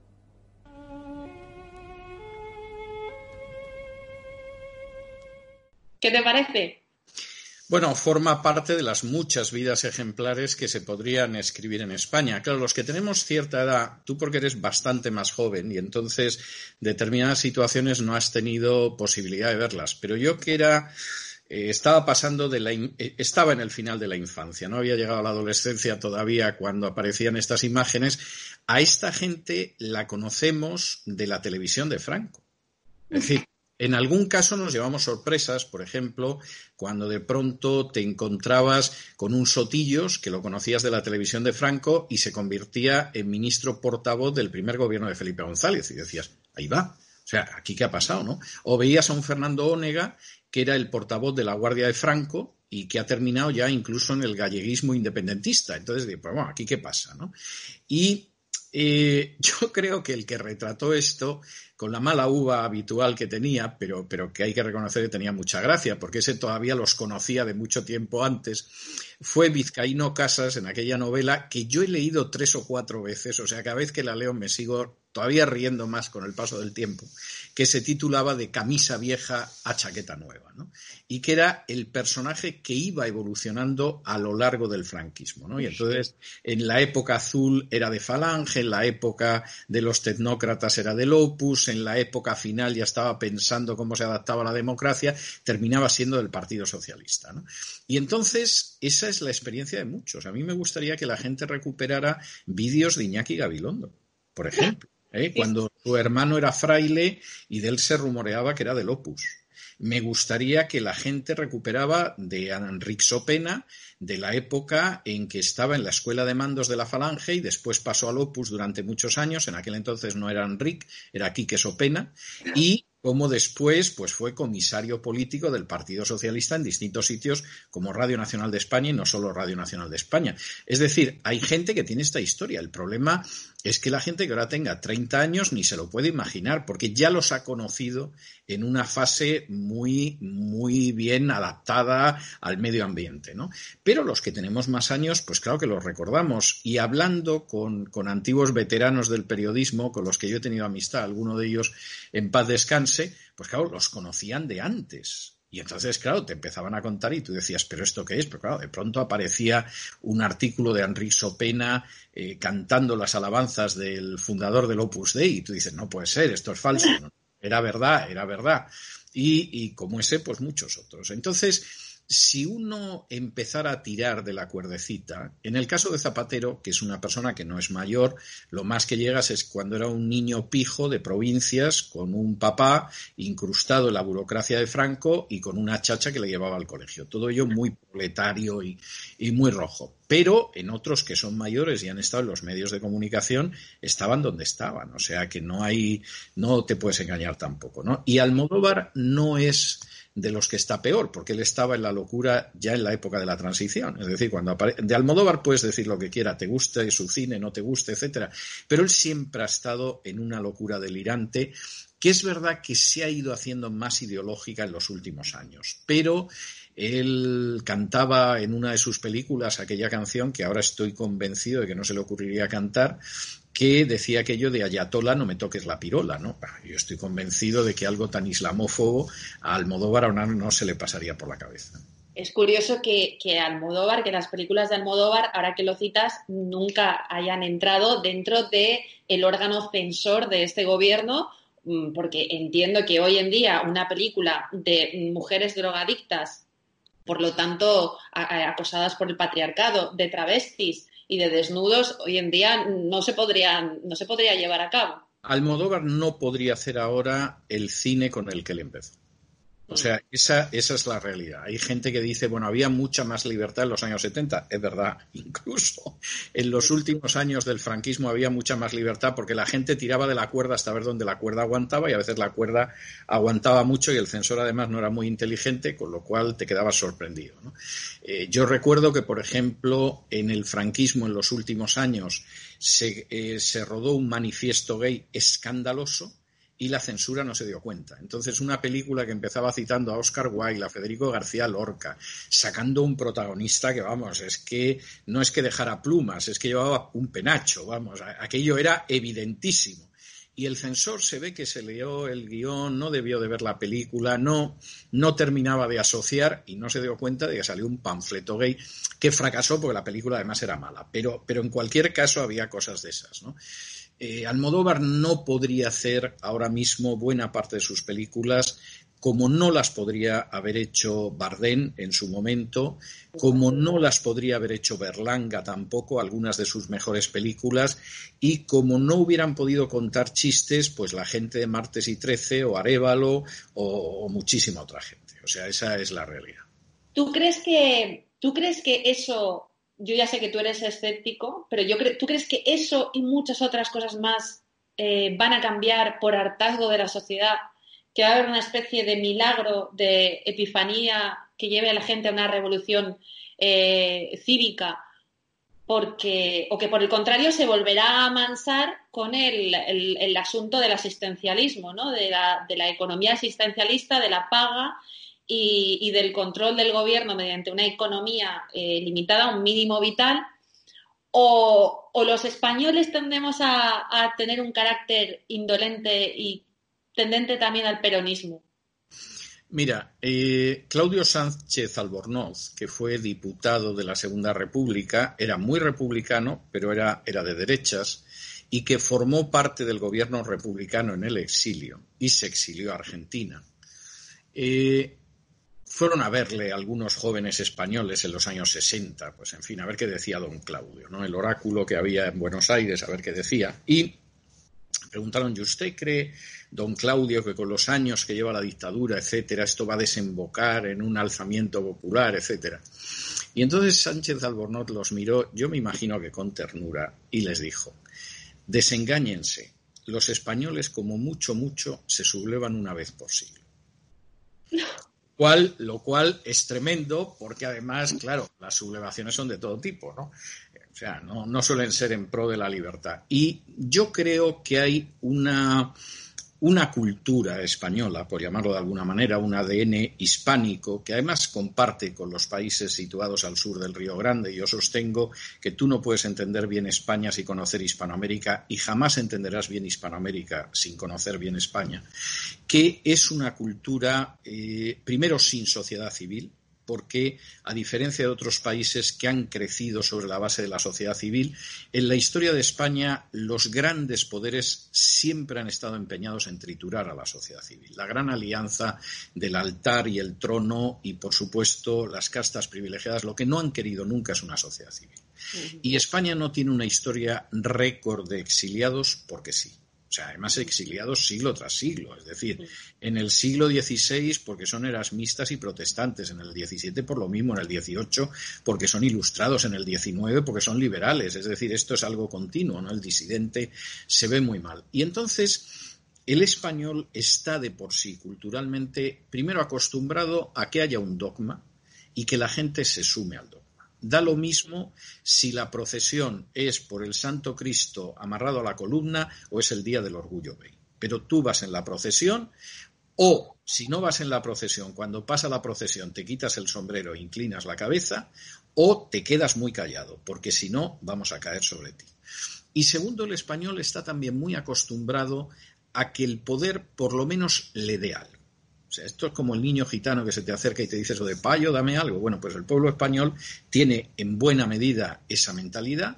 ¿Qué te parece? Bueno, forma parte de las muchas vidas ejemplares que se podrían escribir en España. Claro, los que tenemos cierta edad, tú porque eres bastante más joven y entonces determinadas situaciones no has tenido posibilidad de verlas. Pero yo que era, eh, estaba pasando de la, eh, estaba en el final de la infancia, no había llegado a la adolescencia todavía cuando aparecían estas imágenes. A esta gente la conocemos de la televisión de Franco. Es decir, en algún caso nos llevamos sorpresas, por ejemplo, cuando de pronto te encontrabas con un Sotillos, que lo conocías de la televisión de Franco, y se convertía en ministro portavoz del primer gobierno de Felipe González. Y decías, ahí va. O sea, ¿aquí qué ha pasado, no? O veías a un Fernando Ónega, que era el portavoz de la Guardia de Franco, y que ha terminado ya incluso en el galleguismo independentista. Entonces, pues, bueno, ¿aquí qué pasa, no? Y eh, yo creo que el que retrató esto, con la mala uva habitual que tenía, pero, pero que hay que reconocer que tenía mucha gracia, porque ese todavía los conocía de mucho tiempo antes, fue Vizcaíno Casas en aquella novela que yo he leído tres o cuatro veces, o sea, cada vez que la leo me sigo todavía riendo más con el paso del tiempo, que se titulaba De camisa vieja a chaqueta nueva, ¿no? Y que era el personaje que iba evolucionando a lo largo del franquismo, ¿no? Y entonces, en la época azul era de Falange, en la época de los tecnócratas era del Opus, en la época final ya estaba pensando cómo se adaptaba a la democracia, terminaba siendo del Partido Socialista, ¿no? Y entonces, esa es la experiencia de muchos. A mí me gustaría que la gente recuperara vídeos de Iñaki Gabilondo, por ejemplo. ¿Eh? Cuando su hermano era fraile y de él se rumoreaba que era del Opus. Me gustaría que la gente recuperaba de Enric Sopena, de la época en que estaba en la escuela de mandos de la Falange y después pasó al Opus durante muchos años. En aquel entonces no era Enric, era Quique Sopena, y como después pues fue comisario político del Partido Socialista en distintos sitios como Radio Nacional de España y no solo Radio Nacional de España. Es decir, hay gente que tiene esta historia. El problema es que la gente que ahora tenga treinta años ni se lo puede imaginar, porque ya los ha conocido en una fase muy, muy bien adaptada al medio ambiente, ¿no? Pero los que tenemos más años, pues claro que los recordamos. Y hablando con, con antiguos veteranos del periodismo, con los que yo he tenido amistad, alguno de ellos en paz descanse, pues claro, los conocían de antes. Y entonces, claro, te empezaban a contar y tú decías, ¿pero esto qué es? Pero claro, de pronto aparecía un artículo de Enric Sopena eh, cantando las alabanzas del fundador del Opus Dei y tú dices, no puede ser, esto es falso. No, era verdad, era verdad. Y, y como ese, pues muchos otros. Entonces, si uno empezara a tirar de la cuerdecita, en el caso de Zapatero, que es una persona que no es mayor, lo más que llegas es cuando era un niño pijo de provincias con un papá incrustado en la burocracia de Franco y con una chacha que le llevaba al colegio. Todo ello muy proletario y, y muy rojo. Pero en otros que son mayores y han estado en los medios de comunicación, estaban donde estaban. O sea que no hay, no te puedes engañar tampoco, ¿no? Y Almodóvar no es de los que está peor, porque él estaba en la locura ya en la época de la transición. Es decir, cuando apare... de Almodóvar puedes decir lo que quiera, te guste su cine, no te guste, etcétera, pero él siempre ha estado en una locura delirante, que es verdad que se ha ido haciendo más ideológica en los últimos años, pero él cantaba en una de sus películas aquella canción que ahora estoy convencido de que no se le ocurriría cantar, que decía aquello de Ayatollah, no me toques la pirola, ¿no? Yo estoy convencido de que algo tan islamófobo a Almodóvar ahora no se le pasaría por la cabeza. Es curioso que, que Almodóvar, que las películas de Almodóvar, ahora que lo citas, nunca hayan entrado dentro del órgano censor de este gobierno, porque entiendo que hoy en día una película de mujeres drogadictas, por lo tanto acosadas por el patriarcado, de travestis y de desnudos, hoy en día no se podrían, no se podría llevar a cabo. Almodóvar no podría hacer ahora el cine con el que él empezó. O sea, esa, esa es la realidad. Hay gente que dice, bueno, había mucha más libertad en los años setenta. Es verdad, incluso en los últimos años del franquismo había mucha más libertad porque la gente tiraba de la cuerda hasta ver dónde la cuerda aguantaba y a veces la cuerda aguantaba mucho y el censor además no era muy inteligente, con lo cual te quedabas sorprendido, ¿no? Eh, yo recuerdo que, por ejemplo, en el franquismo en los últimos años se, eh, se rodó un manifiesto gay escandaloso y la censura no se dio cuenta. Entonces, una película que empezaba citando a Oscar Wilde, a Federico García Lorca, sacando un protagonista que, vamos, es que no es que dejara plumas, es que llevaba un penacho, vamos, aquello era evidentísimo. Y el censor se ve que se leyó el guión, no debió de ver la película, no, no terminaba de asociar y no se dio cuenta de que salió un panfleto gay que fracasó porque la película además era mala. Pero, pero en cualquier caso había cosas de esas, ¿no? Eh, Almodóvar no podría hacer ahora mismo buena parte de sus películas como no las podría haber hecho Bardem en su momento, como no las podría haber hecho Berlanga tampoco, algunas de sus mejores películas, y como no hubieran podido contar chistes, pues la gente de Martes y Trece o Arévalo o, o muchísima otra gente. O sea, esa es la realidad. ¿Tú crees que, tú crees que eso... Yo ya sé que tú eres escéptico, pero yo cre- ¿tú crees que eso y muchas otras cosas más eh, van a cambiar por hartazgo de la sociedad? ¿Que va a haber una especie de milagro, de epifanía que lleve a la gente a una revolución eh, cívica? Porque, o que por el contrario se volverá a amansar con el, el, el asunto del asistencialismo, ¿no? De la, de la economía asistencialista, de la paga y, y del control del gobierno mediante una economía eh, limitada a un mínimo vital, o, o los españoles tendemos a, a tener un carácter indolente y tendente también al peronismo. Mira, eh, Claudio Sánchez Albornoz, que fue diputado de la Segunda República, era muy republicano, pero era, era de derechas, y que formó parte del gobierno republicano en el exilio y se exilió a Argentina. Eh, Fueron a verle algunos jóvenes españoles en los años sesenta, pues en fin, a ver qué decía don Claudio, ¿no? El oráculo que había en Buenos Aires, a ver qué decía. Y preguntaron, ¿y usted cree, don Claudio, que con los años que lleva la dictadura, etcétera, esto va a desembocar en un alzamiento popular, etcétera? Y entonces Sánchez Albornoz los miró, yo me imagino que con ternura, y les dijo, desengáñense, los españoles como mucho, mucho se sublevan una vez por siglo. Cual, lo cual es tremendo porque además, claro, las sublevaciones son de todo tipo, ¿no? O sea, no, no suelen ser en pro de la libertad. Y yo creo que hay una, una cultura española, por llamarlo de alguna manera, un A D N hispánico, que además comparte con los países situados al sur del Río Grande. Yo sostengo que tú no puedes entender bien España sin conocer Hispanoamérica y jamás entenderás bien Hispanoamérica sin conocer bien España, que es una cultura, eh, primero, sin sociedad civil, porque, a diferencia de otros países que han crecido sobre la base de la sociedad civil, en la historia de España los grandes poderes siempre han estado empeñados en triturar a la sociedad civil. La gran alianza del altar y el trono y, por supuesto, las castas privilegiadas, lo que no han querido nunca es una sociedad civil. Y España no tiene una historia récord de exiliados porque sí. O sea, además exiliados siglo tras siglo. Es decir, en el siglo dieciséis porque son erasmistas y protestantes, en el diecisiete por lo mismo, en el dieciocho porque son ilustrados, en el diecinueve porque son liberales. Es decir, esto es algo continuo, ¿no? El disidente se ve muy mal. Y entonces el español está de por sí culturalmente primero acostumbrado a que haya un dogma y que la gente se sume al dogma. Da lo mismo si la procesión es por el Santo Cristo amarrado a la columna o es el Día del Orgullo Gay. Pero tú vas en la procesión o, si no vas en la procesión, cuando pasa la procesión te quitas el sombrero e inclinas la cabeza o te quedas muy callado, porque si no vamos a caer sobre ti. Y segundo, el español está también muy acostumbrado a que el poder por lo menos le dé algo. O sea, esto es como el niño gitano que se te acerca y te dice eso de payo, dame algo. Bueno, pues el pueblo español tiene en buena medida esa mentalidad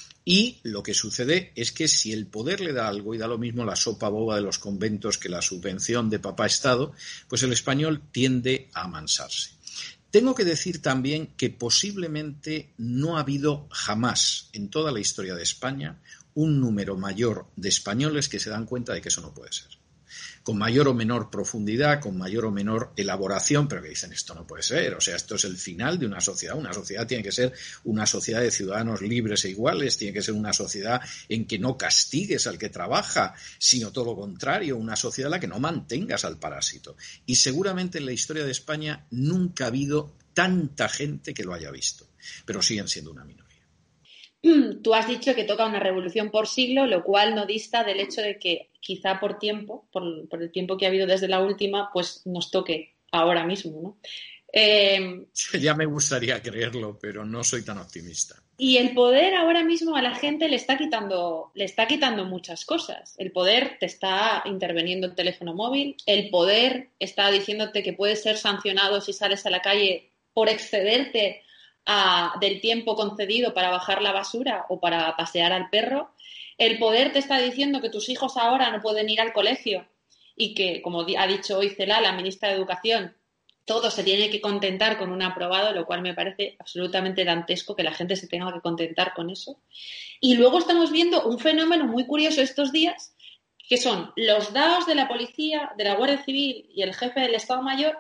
y lo que sucede es que si el poder le da algo y da lo mismo la sopa boba de los conventos que la subvención de papá Estado, pues el español tiende a amansarse. Tengo que decir también que posiblemente no ha habido jamás en toda la historia de España un número mayor de españoles que se dan cuenta de que eso no puede ser. Con mayor o menor profundidad, con mayor o menor elaboración, pero que dicen esto no puede ser, o sea, esto es el final de una sociedad. Una sociedad tiene que ser una sociedad de ciudadanos libres e iguales, tiene que ser una sociedad en que no castigues al que trabaja, sino todo lo contrario, una sociedad en la que no mantengas al parásito. Y seguramente en la historia de España nunca ha habido tanta gente que lo haya visto, pero siguen siendo una minoría. Tú has dicho que toca una revolución por siglo, lo cual no dista del hecho de que quizá por tiempo, por, por el tiempo que ha habido desde la última, pues nos toque ahora mismo, ¿no? Eh, ya me gustaría creerlo, pero no soy tan optimista. Y el poder ahora mismo a la gente le está quitando, le está quitando muchas cosas. El poder te está interviniendo el teléfono móvil, el poder está diciéndote que puedes ser sancionado si sales a la calle por excederte A, del tiempo concedido para bajar la basura o para pasear al perro. El poder te está diciendo que tus hijos ahora no pueden ir al colegio y que, como ha dicho hoy Celaá, la ministra de Educación, todo se tiene que contentar con un aprobado, lo cual me parece absolutamente dantesco que la gente se tenga que contentar con eso. Y luego estamos viendo un fenómeno muy curioso estos días, que son los daos de la policía, de la Guardia Civil y el jefe del Estado Mayor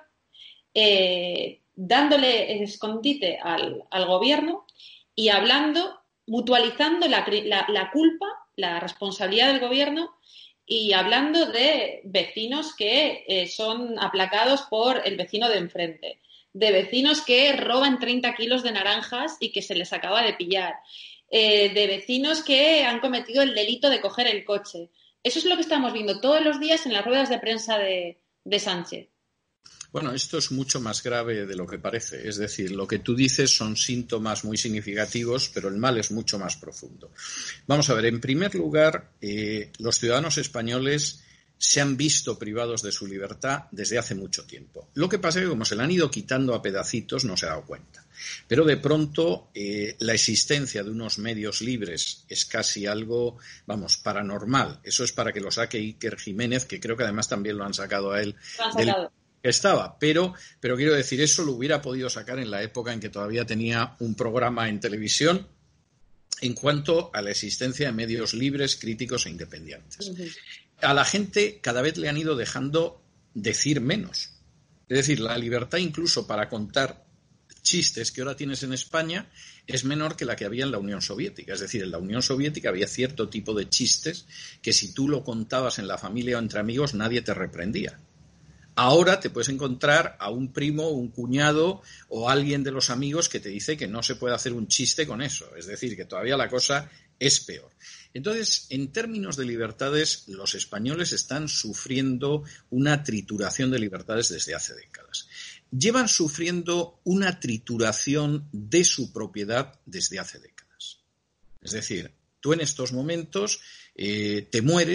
eh, dándole escondite al, al gobierno y hablando, mutualizando la, la, la culpa, la responsabilidad del gobierno y hablando de vecinos que eh, son aplacados por el vecino de enfrente, de vecinos que roban treinta kilos de naranjas y que se les acaba de pillar, eh, de vecinos que han cometido el delito de coger el coche. Eso es lo que estamos viendo todos los días en las ruedas de prensa de, de Sánchez. Bueno, esto es mucho más grave de lo que parece. Es decir, lo que tú dices son síntomas muy significativos, pero el mal es mucho más profundo. Vamos a ver, en primer lugar, eh, los ciudadanos españoles se han visto privados de su libertad desde hace mucho tiempo. Lo que pasa es que como se la han ido quitando a pedacitos, no se ha dado cuenta. Pero de pronto eh, la existencia de unos medios libres es casi algo, vamos, paranormal. Eso es para que lo saque Iker Jiménez, que creo que además también lo han sacado a él. Lo han sacado. Del... Estaba, pero, pero quiero decir, eso lo hubiera podido sacar en la época en que todavía tenía un programa en televisión en cuanto a la existencia de medios libres, críticos e independientes. Uh-huh. A la gente cada vez le han ido dejando decir menos. Es decir, la libertad incluso para contar chistes que ahora tienes en España es menor que la que había en la Unión Soviética. Es decir, en la Unión Soviética había cierto tipo de chistes que si tú lo contabas en la familia o entre amigos nadie te reprendía. Ahora te puedes encontrar a un primo, un cuñado o alguien de los amigos que te dice que no se puede hacer un chiste con eso. Es decir, que todavía la cosa es peor. Entonces, en términos de libertades, los españoles están sufriendo una trituración de libertades desde hace décadas. Llevan sufriendo una trituración de su propiedad desde hace décadas. Es decir, tú en estos momentos eh, te mueres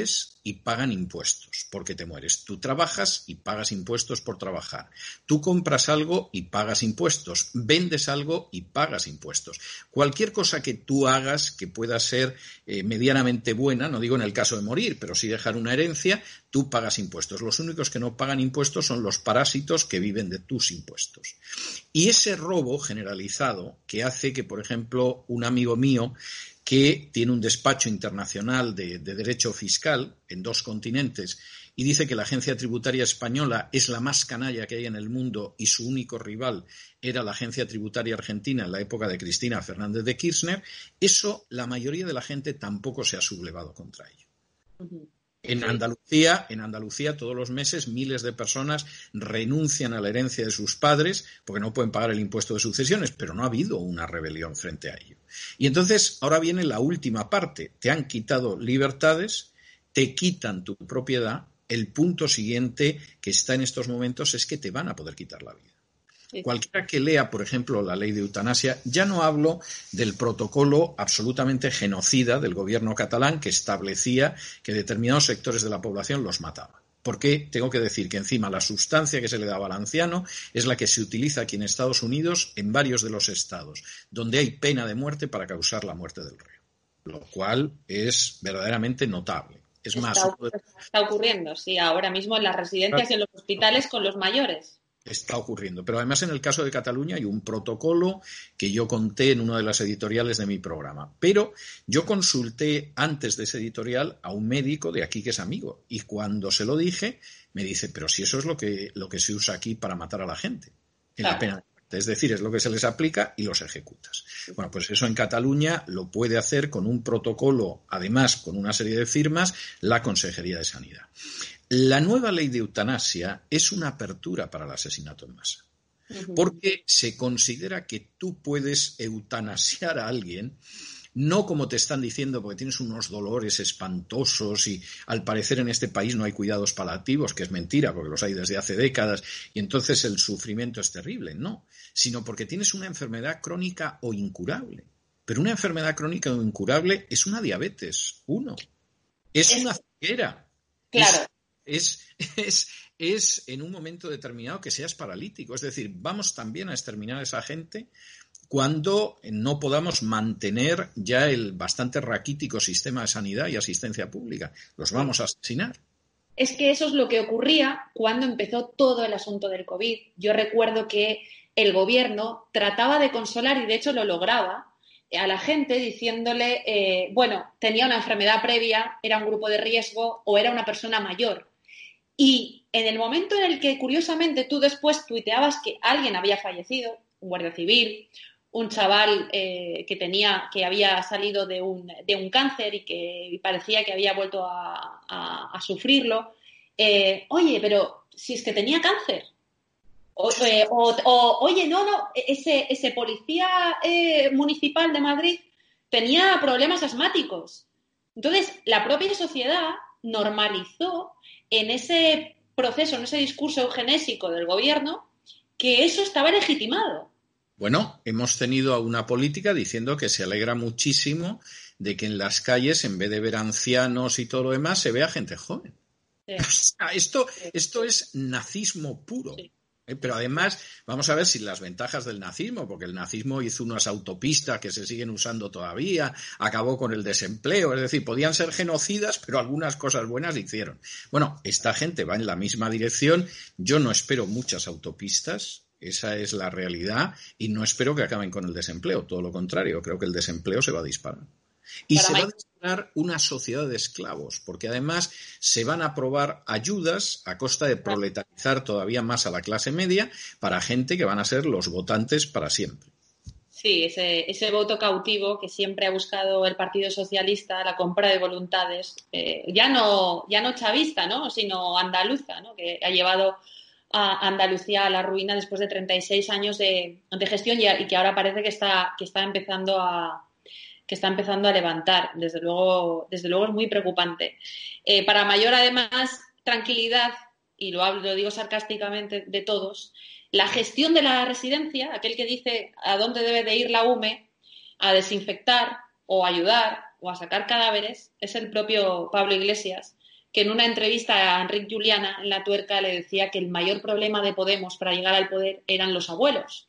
y pagan impuestos porque te mueres. Tú trabajas y pagas impuestos por trabajar. Tú compras algo y pagas impuestos. Vendes algo y pagas impuestos. Cualquier cosa que tú hagas que pueda ser eh, medianamente buena, no digo en el caso de morir, pero sí dejar una herencia, tú pagas impuestos. Los únicos que no pagan impuestos son los parásitos que viven de tus impuestos. Y ese robo generalizado que hace que, por ejemplo, un amigo mío que tiene un despacho internacional de, de derecho fiscal en dos continentes y dice que la agencia tributaria española es la más canalla que hay en el mundo y su único rival era la agencia tributaria argentina en la época de Cristina Fernández de Kirchner, eso la mayoría de la gente tampoco se ha sublevado contra ello. Uh-huh. En Andalucía, en Andalucía todos los meses miles de personas renuncian a la herencia de sus padres porque no pueden pagar el impuesto de sucesiones, pero no ha habido una rebelión frente a ello. Y entonces ahora viene la última parte. Te han quitado libertades, te quitan tu propiedad. El punto siguiente que está en estos momentos es que te van a poder quitar la vida. Sí. Cualquiera que lea, por ejemplo, la ley de eutanasia, ya no hablo del protocolo absolutamente genocida del gobierno catalán que establecía que determinados sectores de la población los mataba. Porque tengo que decir que encima la sustancia que se le daba al anciano es la que se utiliza aquí en Estados Unidos en varios de los estados, donde hay pena de muerte para causar la muerte del reo, lo cual es verdaderamente notable. Es está, más, está ocurriendo, sí, ahora mismo en las residencias y en los hospitales con los mayores. Está ocurriendo. Pero además en el caso de Cataluña hay un protocolo que yo conté en una de las editoriales de mi programa. Pero yo consulté antes de ese editorial a un médico de aquí que es amigo y cuando se lo dije me dice, pero si eso es lo que, lo que se usa aquí para matar a la gente, en claro. la pena de muerte. Es decir, es lo que se les aplica y los ejecutas. Bueno, pues eso en Cataluña lo puede hacer con un protocolo, además con una serie de firmas, la Consejería de Sanidad. La nueva ley de eutanasia es una apertura para el asesinato en masa, porque se considera que tú puedes eutanasiar a alguien, no como te están diciendo porque tienes unos dolores espantosos y al parecer en este país no hay cuidados paliativos, que es mentira porque los hay desde hace décadas y entonces el sufrimiento es terrible, no, sino porque tienes una enfermedad crónica o incurable. Pero una enfermedad crónica o incurable es una diabetes, uno, es una ceguera. Claro. Es, Es, es, es en un momento determinado que seas paralítico. Es decir, vamos también a exterminar a esa gente cuando no podamos mantener ya el bastante raquítico sistema de sanidad y asistencia pública. Los vamos a asesinar. Es que eso es lo que ocurría cuando empezó todo el asunto del COVID. Yo recuerdo que el gobierno trataba de consolar, y de hecho lo lograba, a la gente diciéndole, eh, bueno, tenía una enfermedad previa, era un grupo de riesgo o era una persona mayor. Y en el momento en el que, curiosamente, tú después tuiteabas que alguien había fallecido, un guardia civil, un chaval eh, que tenía, que había salido de un, de un cáncer y que parecía que había vuelto a, a, a sufrirlo, eh, oye, pero si es que tenía cáncer. O, eh, o, o oye, no, no, ese, ese policía eh, municipal de Madrid tenía problemas asmáticos. Entonces, la propia sociedad normalizó en ese proceso, en ese discurso eugenésico del gobierno, que eso estaba legitimado. Bueno, hemos tenido una política diciendo que se alegra muchísimo de que en las calles, en vez de ver ancianos y todo lo demás, se vea gente joven. Sí. O sea, esto, esto es nazismo puro. Sí. Pero además, vamos a ver si las ventajas del nazismo, porque el nazismo hizo unas autopistas que se siguen usando todavía, acabó con el desempleo, es decir, podían ser genocidas, pero algunas cosas buenas hicieron. Bueno, esta gente va en la misma dirección, yo no espero muchas autopistas, esa es la realidad, y no espero que acaben con el desempleo, todo lo contrario, creo que el desempleo se va a disparar. Y Para se Mike. va a disparar una sociedad de esclavos, porque además se van a aprobar ayudas a costa de proletarizar todavía más a la clase media para gente que van a ser los votantes para siempre. Sí, ese, ese voto cautivo que siempre ha buscado el Partido Socialista, la compra de voluntades, eh, ya no ya no chavista, ¿no?, sino andaluza, ¿no?, que ha llevado a Andalucía a la ruina después de treinta y seis años de, de gestión y, y que ahora parece que está, que está empezando a que está empezando a levantar. Desde luego, desde luego es muy preocupante. Eh, para mayor, además, tranquilidad, y lo, hablo, lo digo sarcásticamente de todos, la gestión de la residencia, aquel que dice a dónde debe de ir la U M E a desinfectar o a ayudar o a sacar cadáveres, es el propio Pablo Iglesias, que en una entrevista a Enric Juliana en La Tuerca le decía que el mayor problema de Podemos para llegar al poder eran los abuelos,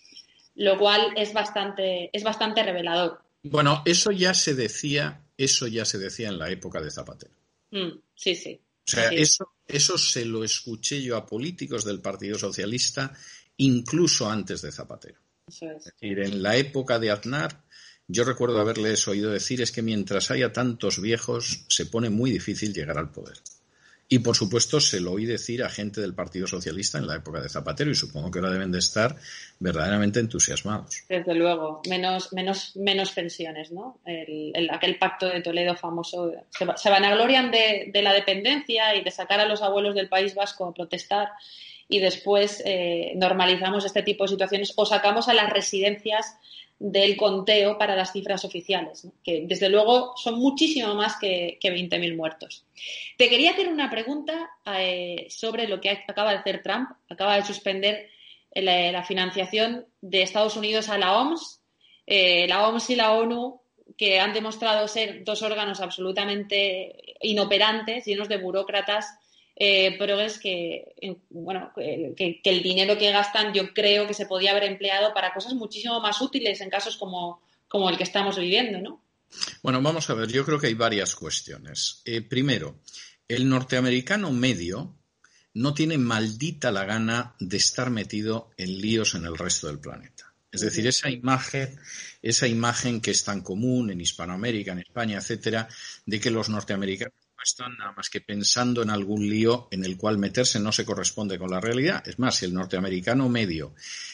lo cual es bastante, es bastante revelador. Bueno, eso ya se decía, eso ya se decía en la época de Zapatero. Mm, sí, sí. O sea, sí. eso, eso se lo escuché yo a políticos del Partido Socialista incluso antes de Zapatero. Eso es. Es decir, en la época de Aznar, yo recuerdo haberles oído decir es que mientras haya tantos viejos se pone muy difícil llegar al poder. Y, por supuesto, se lo oí decir a gente del Partido Socialista en la época de Zapatero y supongo que ahora deben de estar verdaderamente entusiasmados. Desde luego, menos, menos, menos pensiones, ¿no? El, el, aquel pacto de Toledo famoso. Se, se vanaglorian de, de la dependencia y de sacar a los abuelos del País Vasco a protestar y después eh, normalizamos este tipo de situaciones o sacamos a las residencias del conteo para las cifras oficiales, ¿no? Que desde luego son muchísimo más que, que veinte mil muertos. Te quería hacer una pregunta eh, sobre lo que acaba de hacer Trump. Acaba de suspender la, la financiación de Estados Unidos a la O M S. Eh, la O M S y la ONU, que han demostrado ser dos órganos absolutamente inoperantes, llenos de burócratas, Eh, pero es que, bueno, que, que el dinero que gastan yo creo que se podía haber empleado para cosas muchísimo más útiles en casos como, como el que estamos viviendo, ¿no? Bueno, vamos a ver, yo creo que hay varias cuestiones. Eh, primero, el norteamericano medio no tiene maldita la gana de estar metido en líos en el resto del planeta. Es decir, esa imagen, esa imagen que es tan común en Hispanoamérica, en España, etcétera, de que los norteamericanos no están nada más que pensando en algún lío en el cual meterse no se corresponde con la realidad. Es más, si el norteamericano medio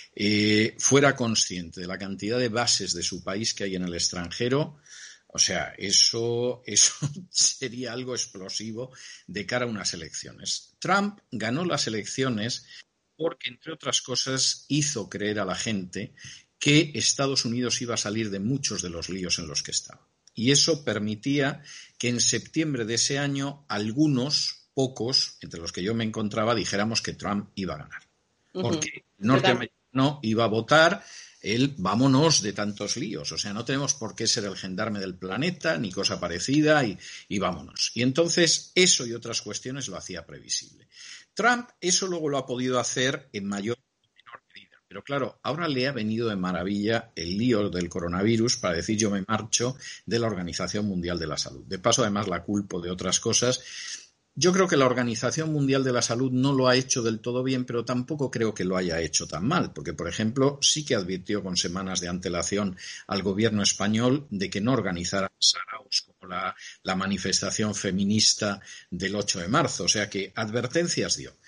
eh, fuera consciente de la cantidad de bases de su país que hay en el extranjero, o sea, eso, eso sería algo explosivo de cara a unas elecciones. Trump ganó las elecciones porque, entre otras cosas, hizo creer a la gente que Estados Unidos iba a salir de muchos de los líos en los que estaba. Y eso permitía que en septiembre de ese año algunos, pocos, entre los que yo me encontraba, dijéramos que Trump iba a ganar. Uh-huh. Porque el norteamericano iba a votar el vámonos de tantos líos. O sea, no tenemos por qué ser el gendarme del planeta ni cosa parecida y, y vámonos. Y entonces eso y otras cuestiones lo hacía previsible. Trump eso luego lo ha podido hacer en mayor o menor medida. Pero claro, ahora le ha venido de maravilla el lío del coronavirus para decir yo me marcho de la Organización Mundial de la Salud. De paso, además, la culpo de otras cosas. Yo creo que la Organización Mundial de la Salud no lo ha hecho del todo bien, pero tampoco creo que lo haya hecho tan mal, porque, por ejemplo, sí que advirtió con semanas de antelación al gobierno español de que no organizara saraos como la, la manifestación feminista del ocho de marzo, o sea que advertencias dio.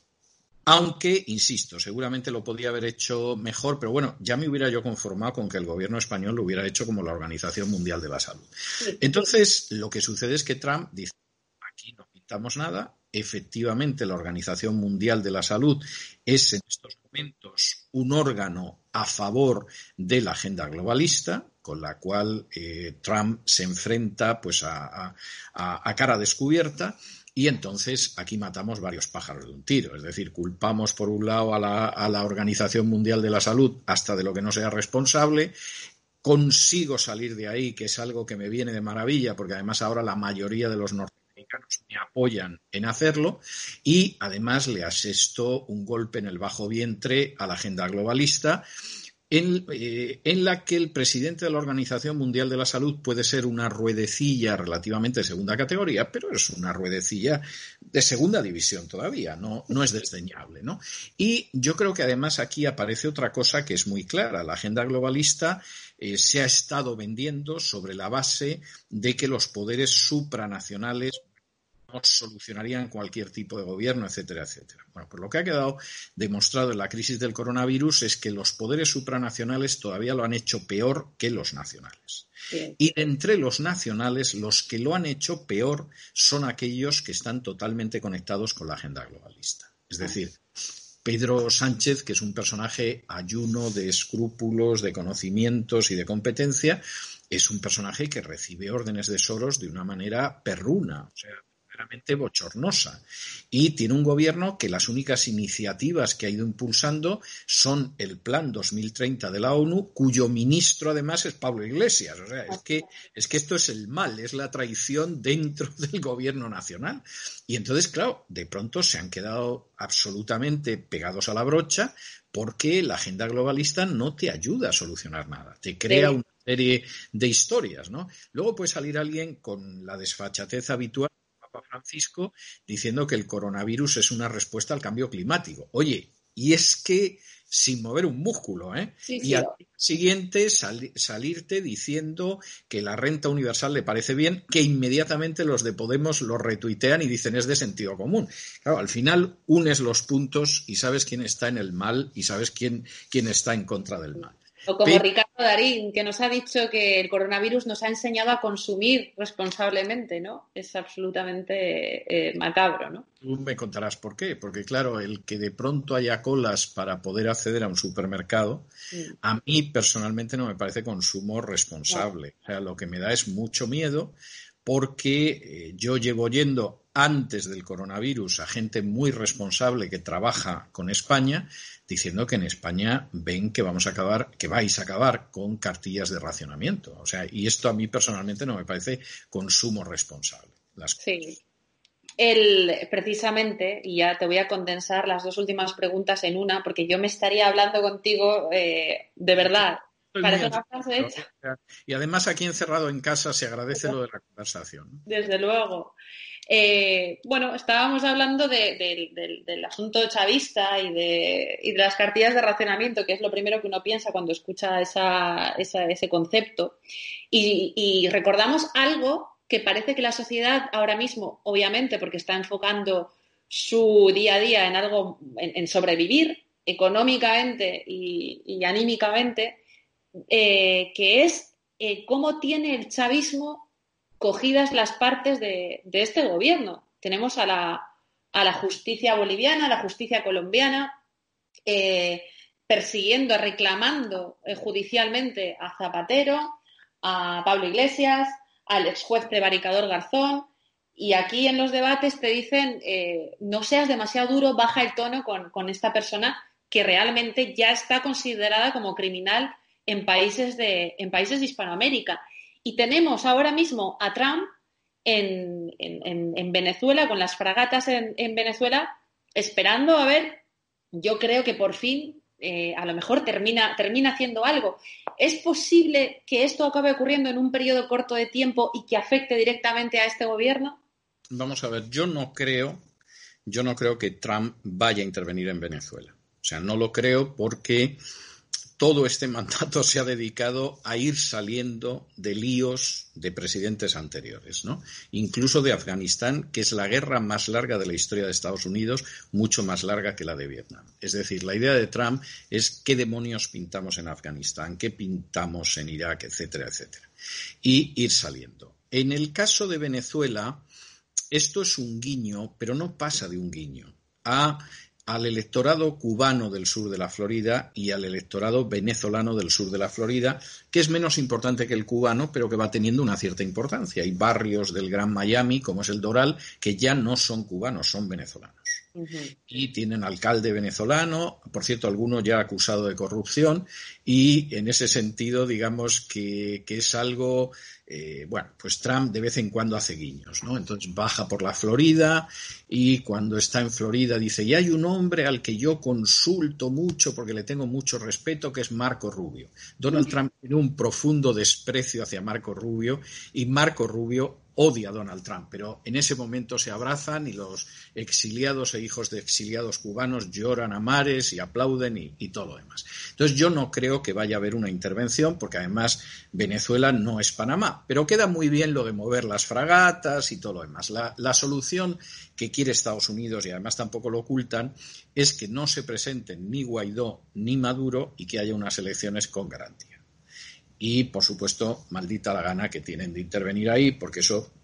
Aunque, insisto, seguramente lo podía haber hecho mejor, pero bueno, ya me hubiera yo conformado con que el gobierno español lo hubiera hecho como la Organización Mundial de la Salud. Entonces, lo que sucede es que Trump dice, aquí no pintamos nada, efectivamente la Organización Mundial de la Salud es en estos momentos un órgano a favor de la agenda globalista, con la cual eh, Trump se enfrenta pues a, a, a cara descubierta. Y entonces aquí matamos varios pájaros de un tiro, es decir, culpamos por un lado a la, a la Organización Mundial de la Salud hasta de lo que no sea responsable, consigo salir de ahí, que es algo que me viene de maravilla, porque además ahora la mayoría de los norteamericanos me apoyan en hacerlo, y además le asestó un golpe en el bajo vientre a la agenda globalista, En, eh, en la que el presidente de la Organización Mundial de la Salud puede ser una ruedecilla relativamente de segunda categoría, pero es una ruedecilla de segunda división todavía, no, no es desdeñable, ¿no? Y yo creo que además aquí aparece otra cosa que es muy clara. La agenda globalista eh, se ha estado vendiendo sobre la base de que los poderes supranacionales solucionarían cualquier tipo de gobierno, etcétera, etcétera. Bueno, pues lo que ha quedado demostrado en la crisis del coronavirus es que los poderes supranacionales todavía lo han hecho peor que los nacionales. Sí. Y de entre los nacionales, los que lo han hecho peor son aquellos que están totalmente conectados con la agenda globalista. Es decir, Pedro Sánchez, que es un personaje ayuno de escrúpulos, de conocimientos y de competencia, es un personaje que recibe órdenes de Soros de una manera perruna. O sea, verdaderamente bochornosa. Y tiene un gobierno que las únicas iniciativas que ha ido impulsando son el Plan dos mil treinta de la ONU, cuyo ministro además es Pablo Iglesias. O sea, es que, es que esto es el mal, es la traición dentro del gobierno nacional. Y entonces, claro, de pronto se han quedado absolutamente pegados a la brocha porque la agenda globalista no te ayuda a solucionar nada, te crea sí. una serie de historias, ¿no? Luego puede salir alguien con la desfachatez habitual, Papa Francisco, diciendo que el coronavirus es una respuesta al cambio climático. Oye, y es que sin mover un músculo, ¿eh? Sí, sí. Y al día siguiente sal, salirte diciendo que la renta universal le parece bien, que inmediatamente los de Podemos lo retuitean y dicen es de sentido común. Claro, al final unes los puntos y sabes quién está en el mal y sabes quién, quién está en contra del mal. O como Pero, Ricardo Darín, que nos ha dicho que el coronavirus nos ha enseñado a consumir responsablemente, ¿no? Es absolutamente eh, macabro, ¿no? Tú me contarás por qué. Porque, claro, el que de pronto haya colas para poder acceder a un supermercado, sí. a mí personalmente no me parece consumo responsable. No. O sea, lo que me da es mucho miedo porque eh, yo llevo yendo antes del coronavirus a gente muy responsable que trabaja con España diciendo que en España ven que vamos a acabar, que vais a acabar con cartillas de racionamiento. O sea, y esto a mí personalmente no me parece consumo responsable. Las sí. El, precisamente, y ya te voy a condensar las dos últimas preguntas en una, porque yo me estaría hablando contigo eh, de verdad. Parece una frase hecha. Y además aquí encerrado en casa se agradece lo de la conversación. Desde luego. Eh, bueno, estábamos hablando de, de, de, del asunto chavista y de, y de las cartillas de racionamiento, que es lo primero que uno piensa cuando escucha esa, esa, ese concepto. Y, y recordamos algo que parece que la sociedad ahora mismo, obviamente, porque está enfocando su día a día en algo, en, en sobrevivir económicamente y, y anímicamente, eh, que es eh, cómo tiene el chavismo cogidas las partes de, de este gobierno. Tenemos a la, a la justicia boliviana, a la justicia colombiana, eh, persiguiendo, reclamando eh, judicialmente a Zapatero, a Pablo Iglesias, al ex juez prevaricador Garzón, y aquí en los debates te dicen eh, no seas demasiado duro, baja el tono con, con esta persona que realmente ya está considerada como criminal en países de, en países de Hispanoamérica. Y tenemos ahora mismo a Trump en, en, en Venezuela, con las fragatas en, en Venezuela, esperando a ver, yo creo que por fin, eh, a lo mejor termina, termina haciendo algo. ¿Es posible que esto acabe ocurriendo en un periodo corto de tiempo y que afecte directamente a este gobierno? Vamos a ver, yo no creo, yo no creo que Trump vaya a intervenir en Venezuela. O sea, no lo creo porque todo este mandato se ha dedicado a ir saliendo de líos de presidentes anteriores, ¿no? Incluso de Afganistán, que es la guerra más larga de la historia de Estados Unidos, mucho más larga que la de Vietnam. Es decir, la idea de Trump es qué demonios pintamos en Afganistán, qué pintamos en Irak, etcétera, etcétera. Y ir saliendo. En el caso de Venezuela, esto es un guiño, pero no pasa de un guiño, a al electorado cubano del sur de la Florida y al electorado venezolano del sur de la Florida, que es menos importante que el cubano, pero que va teniendo una cierta importancia. Hay barrios del Gran Miami, como es el Doral, que ya no son cubanos, son venezolanos. Uh-huh. Y tienen alcalde venezolano, por cierto, alguno ya acusado de corrupción, y en ese sentido, digamos que, que es algo... Eh, bueno, pues Trump de vez en cuando hace guiños, ¿no? Entonces baja por la Florida y cuando está en Florida dice, y hay un hombre al que yo consulto mucho porque le tengo mucho respeto, que es Marco Rubio. Donald Trump tiene un profundo desprecio hacia Marco Rubio y Marco Rubio odia a Donald Trump, pero en ese momento se abrazan y los exiliados e hijos de exiliados cubanos lloran a mares y aplauden y, y todo lo demás. Entonces yo no creo que vaya a haber una intervención porque además Venezuela no es Panamá, pero queda muy bien lo de mover las fragatas y todo lo demás. La, la solución que quiere Estados Unidos, y además tampoco lo ocultan, es que no se presenten ni Guaidó ni Maduro y que haya unas elecciones con garantía. Y, por supuesto, maldita la gana que tienen de intervenir ahí, porque eso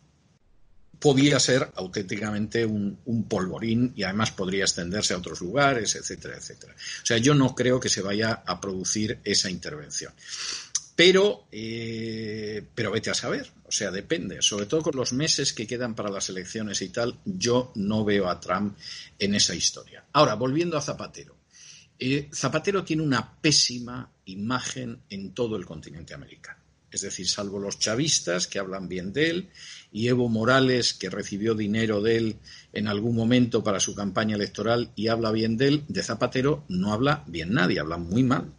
podría ser auténticamente un, un polvorín y además podría extenderse a otros lugares, etcétera, etcétera. O sea, yo no creo que se vaya a producir esa intervención. Pero, eh, pero vete a saber, o sea, depende. Sobre todo con los meses que quedan para las elecciones y tal, yo no veo a Trump en esa historia. Ahora, volviendo a Zapatero. Eh, Zapatero tiene una pésima imagen en todo el continente americano. Es decir, salvo los chavistas, que hablan bien de él, y Evo Morales, que recibió dinero de él en algún momento para su campaña electoral y habla bien de él, de Zapatero no habla bien nadie, habla muy mal.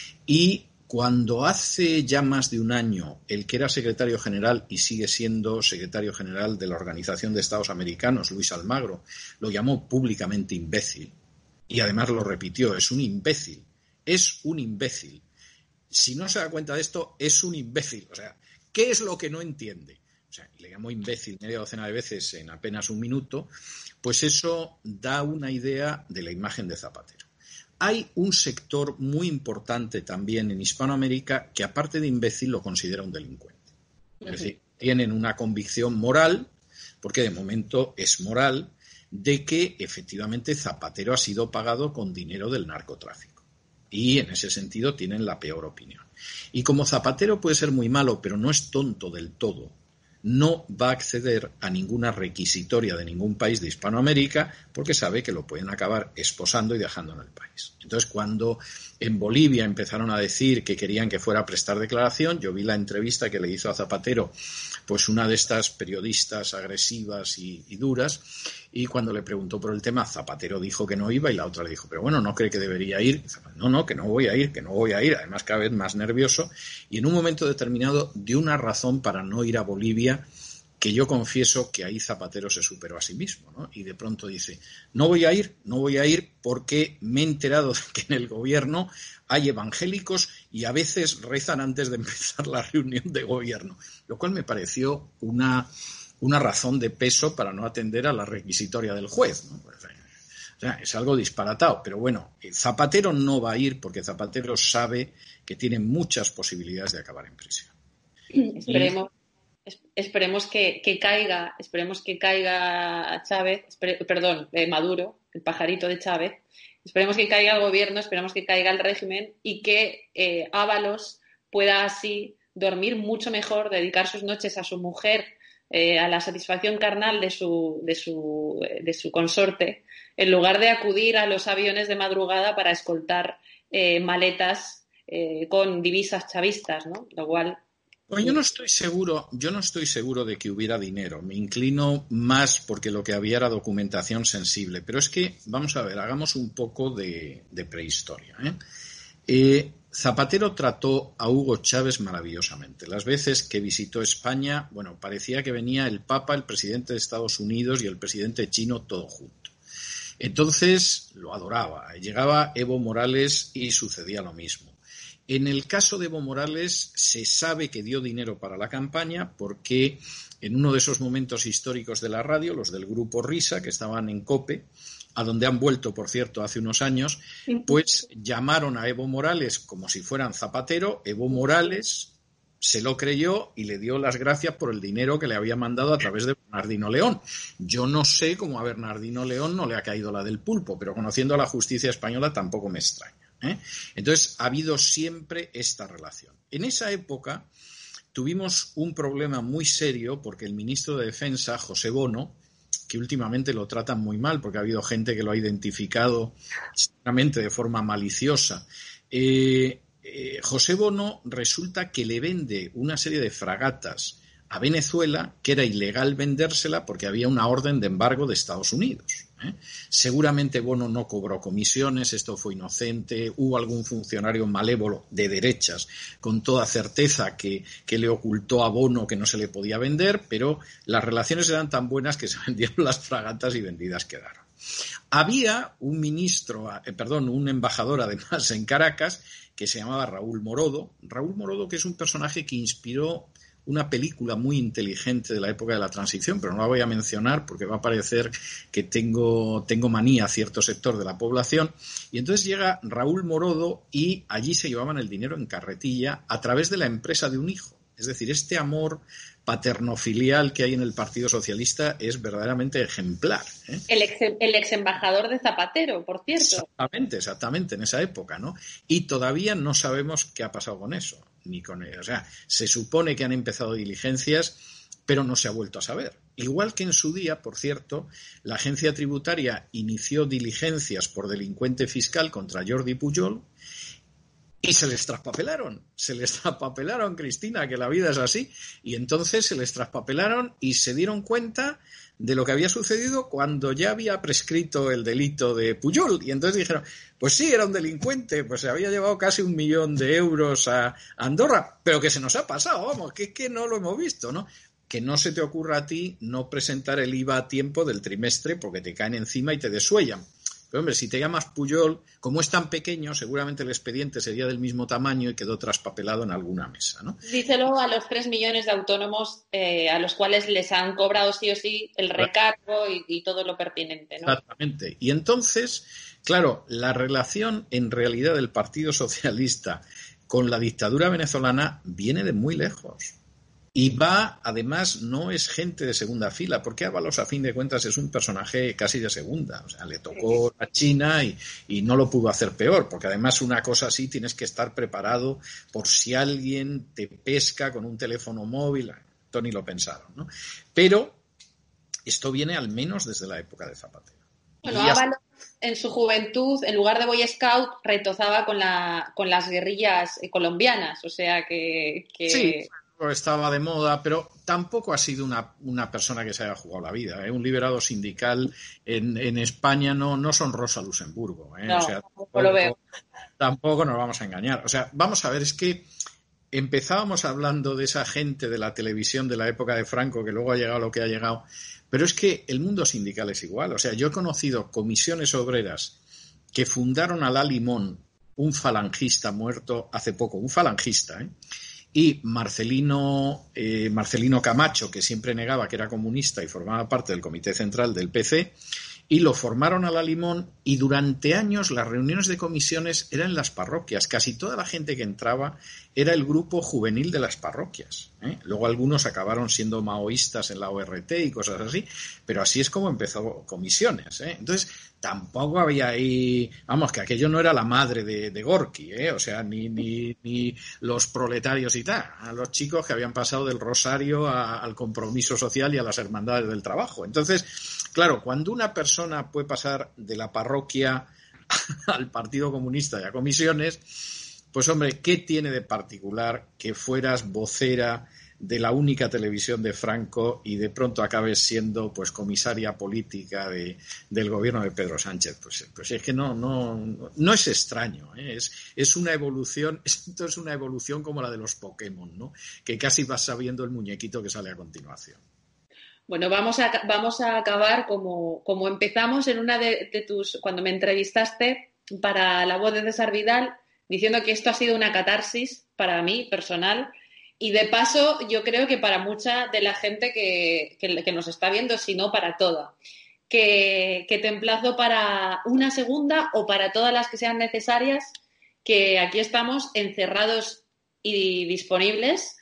Y cuando hace ya más de un año el que era secretario general y sigue siendo secretario general de la Organización de Estados Americanos, Luis Almagro, lo llamó públicamente imbécil y además lo repitió, es un imbécil, es un imbécil. Si no se da cuenta de esto, es un imbécil. O sea, ¿qué es lo que no entiende? O sea, le llamó imbécil media docena de veces en apenas un minuto, pues eso da una idea de la imagen de Zapatero. Hay un sector muy importante también en Hispanoamérica que, aparte de imbécil, lo considera un delincuente. Es decir, tienen una convicción moral, porque de momento es moral, de que efectivamente Zapatero ha sido pagado con dinero del narcotráfico. Y en ese sentido tienen la peor opinión. Y como Zapatero puede ser muy malo, pero no es tonto del todo, no va a acceder a ninguna requisitoria de ningún país de Hispanoamérica porque sabe que lo pueden acabar esposando y dejando en el país. Entonces, cuando en Bolivia empezaron a decir que querían que fuera a prestar declaración, yo vi la entrevista que le hizo a Zapatero pues una de estas periodistas agresivas y, y duras, y cuando le preguntó por el tema, Zapatero dijo que no iba y la otra le dijo, pero bueno, ¿no cree que debería ir? No, no, que no voy a ir, que no voy a ir, además cada vez más nervioso, y en un momento determinado dio una razón para no ir a Bolivia, que yo confieso que ahí Zapatero se superó a sí mismo, ¿no? Y de pronto dice, no voy a ir, no voy a ir porque me he enterado de que en el gobierno hay evangélicos y a veces rezan antes de empezar la reunión de gobierno, lo cual me pareció una, una razón de peso para no atender a la requisitoria del juez, ¿no? O sea, es algo disparatado, pero bueno, Zapatero no va a ir porque Zapatero sabe que tiene muchas posibilidades de acabar en prisión. Esperemos. Esperemos que, que caiga, esperemos que caiga Chávez, espere, perdón, eh, Maduro, el pajarito de Chávez. Esperemos que caiga el gobierno, esperemos que caiga el régimen y que eh, Ábalos pueda así dormir mucho mejor, dedicar sus noches a su mujer, eh, a la satisfacción carnal de su, de su, de su consorte, en lugar de acudir a los aviones de madrugada para escoltar eh, maletas eh, con divisas chavistas, ¿no? Lo cual... Bueno, yo no estoy seguro, yo no estoy seguro de que hubiera dinero. Me inclino más porque lo que había era documentación sensible. Pero es que, vamos a ver, hagamos un poco de, de prehistoria, ¿eh? Eh, Zapatero trató a Hugo Chávez maravillosamente. Las veces que visitó España, bueno, parecía que venía el Papa, el presidente de Estados Unidos y el presidente chino todo junto. Entonces lo adoraba. Llegaba Evo Morales y sucedía lo mismo. En el caso de Evo Morales se sabe que dio dinero para la campaña porque en uno de esos momentos históricos de la radio, los del grupo Risa, que estaban en COPE, a donde han vuelto, por cierto, hace unos años, pues llamaron a Evo Morales como si fueran Zapatero. Evo Morales se lo creyó y le dio las gracias por el dinero que le había mandado a través de Bernardino León. Yo no sé cómo a Bernardino León no le ha caído la del pulpo, pero conociendo a la justicia española tampoco me extraña. ¿Eh? Entonces ha habido siempre esta relación. En esa época tuvimos un problema muy serio porque el ministro de Defensa, José Bono, que últimamente lo tratan muy mal porque ha habido gente que lo ha identificado seguramente de forma maliciosa, eh, eh, José Bono resulta que le vende una serie de fragatas a Venezuela que era ilegal vendérsela porque había una orden de embargo de Estados Unidos. ¿Eh? Seguramente Bono no cobró comisiones, esto fue inocente, hubo algún funcionario malévolo de derechas con toda certeza que, que le ocultó a Bono que no se le podía vender, pero las relaciones eran tan buenas que se vendieron las fragatas y vendidas quedaron. Había un ministro, eh, perdón, un embajador además en Caracas que se llamaba Raúl Morodo, Raúl Morodo que es un personaje que inspiró una película muy inteligente de la época de la transición, pero no la voy a mencionar porque va a parecer que tengo, tengo manía a cierto sector de la población. Y entonces llega Raúl Morodo y allí se llevaban el dinero en carretilla a través de la empresa de un hijo. Es decir, este amor paternofilial que hay en el Partido Socialista es verdaderamente ejemplar, ¿eh? El ex, el ex embajador de Zapatero, por cierto. Exactamente, exactamente, en esa época, ¿no? Y todavía no sabemos qué ha pasado con eso. ni con él. O sea, se supone que han empezado diligencias, pero no se ha vuelto a saber. Igual que en su día, por cierto, la agencia tributaria inició diligencias por delincuente fiscal contra Jordi Pujol y se les traspapelaron. Se les traspapelaron, Cristina, que la vida es así. Y entonces se les traspapelaron y se dieron cuenta de lo que había sucedido cuando ya había prescrito el delito de Pujol. Y entonces dijeron, pues sí, era un delincuente, pues se había llevado casi un millón de euros a Andorra, pero que se nos ha pasado, vamos, que es que no lo hemos visto, ¿no? Que no se te ocurra a ti no presentar el I V A a tiempo del trimestre porque te caen encima y te desuellan. Pero, hombre, si te llamas Pujol, como es tan pequeño, seguramente el expediente sería del mismo tamaño y quedó traspapelado en alguna mesa, ¿no? Díselo a los tres millones de autónomos eh, a los cuales les han cobrado sí o sí el recargo y, y todo lo pertinente, ¿no? Exactamente. Y entonces, claro, la relación en realidad del Partido Socialista con la dictadura venezolana viene de muy lejos. Y va, además, no es gente de segunda fila, porque Ábalos, a fin de cuentas, es un personaje casi de segunda. O sea, le tocó a China y, y no lo pudo hacer peor, porque además una cosa así tienes que estar preparado por si alguien te pesca con un teléfono móvil. Esto ni lo pensaron, ¿no? Pero esto viene al menos desde la época de Zapatero. Bueno, Ábalos, en su juventud, en lugar de Boy Scout, retozaba con, la, con las guerrillas colombianas. O sea que... que... Sí. Estaba de moda, pero tampoco ha sido una, una persona que se haya jugado la vida, ¿eh? Un liberado sindical en, en España no, no son Rosa Luxemburgo, ¿eh? No, o sea, tampoco lo veo. Tampoco nos vamos a engañar. O sea, vamos a ver, es que empezábamos hablando de esa gente de la televisión de la época de Franco, que luego ha llegado lo que ha llegado, pero es que el mundo sindical es igual. O sea, yo he conocido comisiones obreras que fundaron a La Limón, un falangista muerto hace poco, un falangista, ¿eh? Y Marcelino, eh, Marcelino Camacho, que siempre negaba que era comunista y formaba parte del Comité Central del P C, y lo formaron a La Limón, y durante años las reuniones de comisiones eran en las parroquias. Casi toda la gente que entraba era el grupo juvenil de las parroquias, ¿eh? Luego algunos acabaron siendo maoístas en la O R T y cosas así, pero así es como empezó comisiones, ¿eh? Entonces tampoco había ahí, vamos, que aquello no era la madre de, de Gorki, ¿eh? O sea, ni, ni, ni los proletarios y tal, a los chicos que habían pasado del Rosario a, al compromiso social y a las hermandades del trabajo. Entonces, claro, cuando una persona puede pasar de la parroquia al Partido Comunista y a comisiones, pues hombre, ¿qué tiene de particular que fueras vocera de la única televisión de Franco y de pronto acabes siendo pues comisaria política de, del gobierno de Pedro Sánchez? Pues, pues es que no, no, no es extraño, ¿eh? es, es una evolución, esto es una evolución como la de los Pokémon, ¿no? Que casi vas sabiendo el muñequito que sale a continuación. Bueno, vamos a, vamos a acabar como, como empezamos en una de, de tus, cuando me entrevistaste para La Voz de César Vidal, diciendo que esto ha sido una catarsis para mí, personal, y de paso yo creo que para mucha de la gente que, que, que nos está viendo, si no para toda, que, que te emplazo para una segunda o para todas las que sean necesarias, que aquí estamos encerrados y disponibles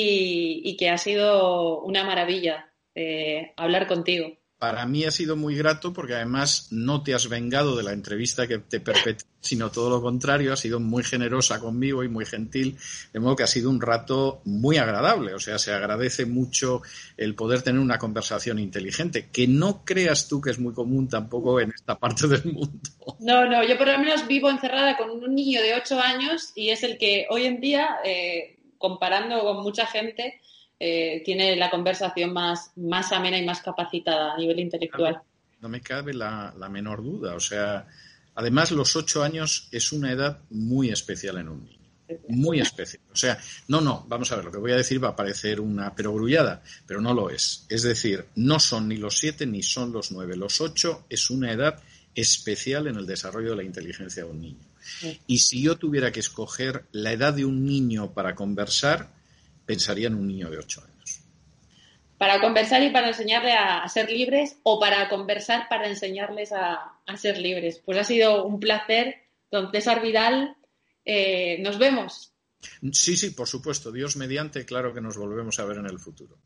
y, y que ha sido una maravilla eh, hablar contigo. Para mí ha sido muy grato porque además no te has vengado de la entrevista que te perpetré, sino todo lo contrario, has sido muy generosa conmigo y muy gentil, de modo que ha sido un rato muy agradable. O sea, se agradece mucho el poder tener una conversación inteligente, que no creas tú que es muy común tampoco en esta parte del mundo. No, no, yo por lo menos vivo encerrada con un niño de ocho años y es el que hoy en día, eh, comparando con mucha gente, Eh, tiene la conversación más, más amena y más capacitada a nivel intelectual. No me cabe la, la menor duda. O sea, además los ocho años es una edad muy especial en un niño. Muy especial. O sea, no, no, vamos a ver, lo que voy a decir va a parecer una perogrullada, pero no lo es. Es decir, no son ni los siete ni son los nueve. Los ocho es una edad especial en el desarrollo de la inteligencia de un niño. Sí. Y si yo tuviera que escoger la edad de un niño para conversar, pensaría en un niño de ocho años. Para conversar y para enseñarle a, a ser libres, o para conversar para enseñarles a, a ser libres. Pues ha sido un placer, don César Vidal. Eh, ¿Nos vemos? Sí, sí, por supuesto. Dios mediante, claro que nos volvemos a ver en el futuro.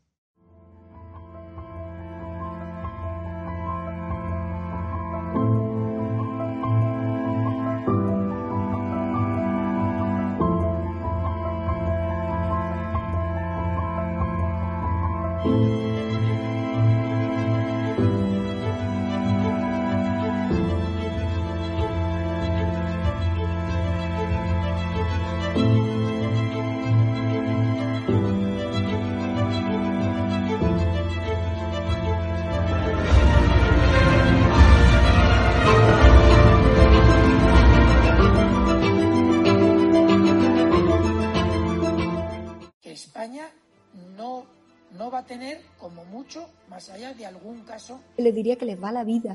España no, no va a tener, como mucho, más allá de algún caso. Le diría que les va la vida.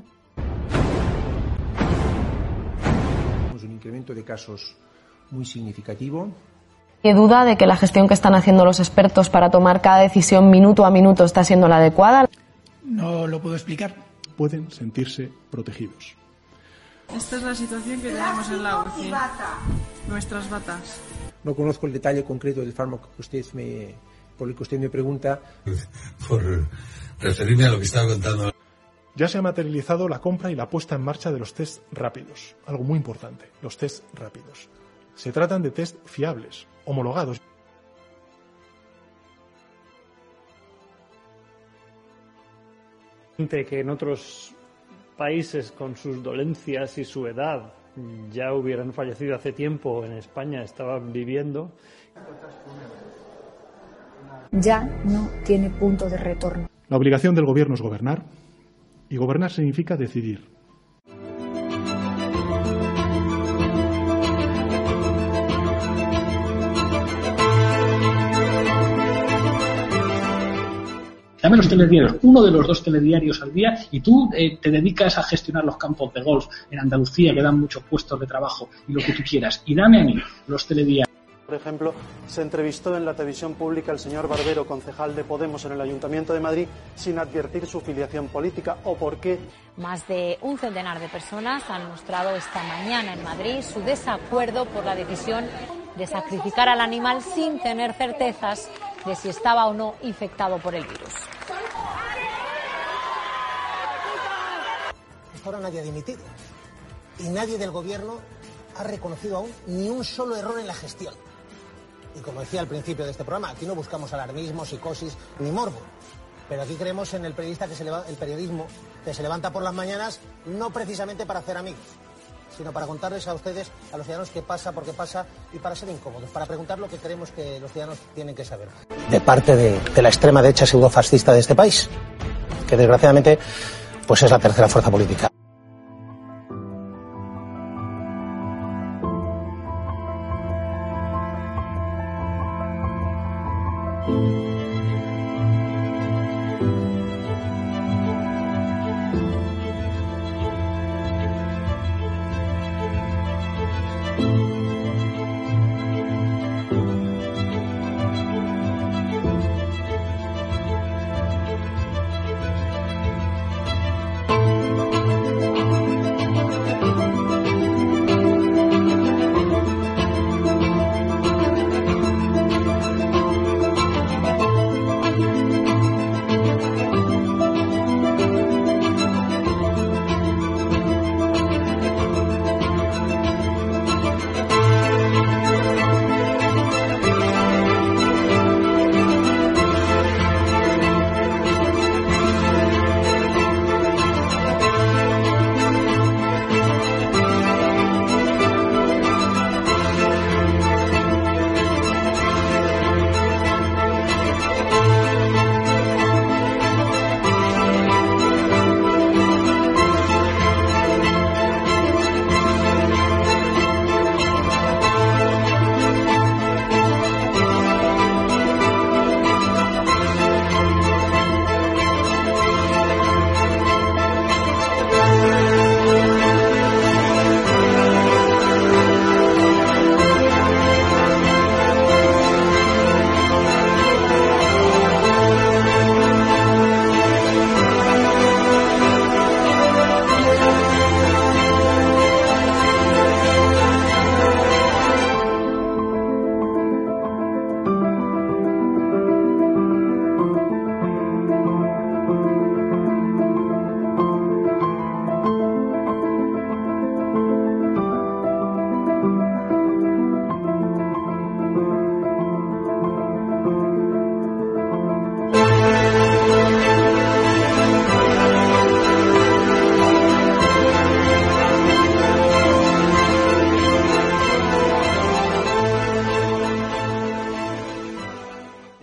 Tenemos un incremento de casos muy significativo. ¿Qué duda de que la gestión que están haciendo los expertos para tomar cada decisión minuto a minuto está siendo la adecuada? No lo puedo explicar. Pueden sentirse protegidos. Esta es la situación que tenemos en la U C I. Nuestras batas. No conozco el detalle concreto del fármaco que usted me, por el que usted me pregunta. Por referirme a lo que estaba contando. Ya se ha materializado la compra y la puesta en marcha de los test rápidos. Algo muy importante, los test rápidos. Se tratan de test fiables, homologados. Que en otros países con sus dolencias y su edad ya hubieran fallecido hace tiempo, en España estaban viviendo. Ya no tiene punto de retorno. La obligación del gobierno es gobernar, y gobernar significa decidir. Dame los telediarios, uno de los dos telediarios al día, y tú eh, te dedicas a gestionar los campos de golf en Andalucía, que dan muchos puestos de trabajo y lo que tú quieras. Y dame a mí los telediarios. Por ejemplo, se entrevistó en la televisión pública el señor Barbero, concejal de Podemos en el Ayuntamiento de Madrid, sin advertir su filiación política o por qué. Más de un centenar de personas han mostrado esta mañana en Madrid su desacuerdo por la decisión de sacrificar al animal sin tener certezas de si estaba o no infectado por el virus. Hasta ahora nadie ha dimitido y nadie del gobierno ha reconocido aún ni un solo error en la gestión. Y como decía al principio de este programa, aquí no buscamos alarmismo, psicosis ni morbo, pero aquí creemos en el periodista que se leva, el periodismo que se levanta por las mañanas no precisamente para hacer amigos, sino para contarles a ustedes, a los ciudadanos, qué pasa, por qué pasa, y para ser incómodos, para preguntar lo que creemos que los ciudadanos tienen que saber. De parte de, de la extrema derecha pseudofascista de este país, que desgraciadamente pues es la tercera fuerza política.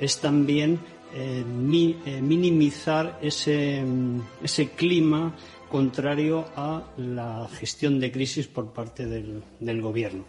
es también eh, mi, eh, minimizar ese, ese clima contrario a la gestión de crisis por parte del, del gobierno.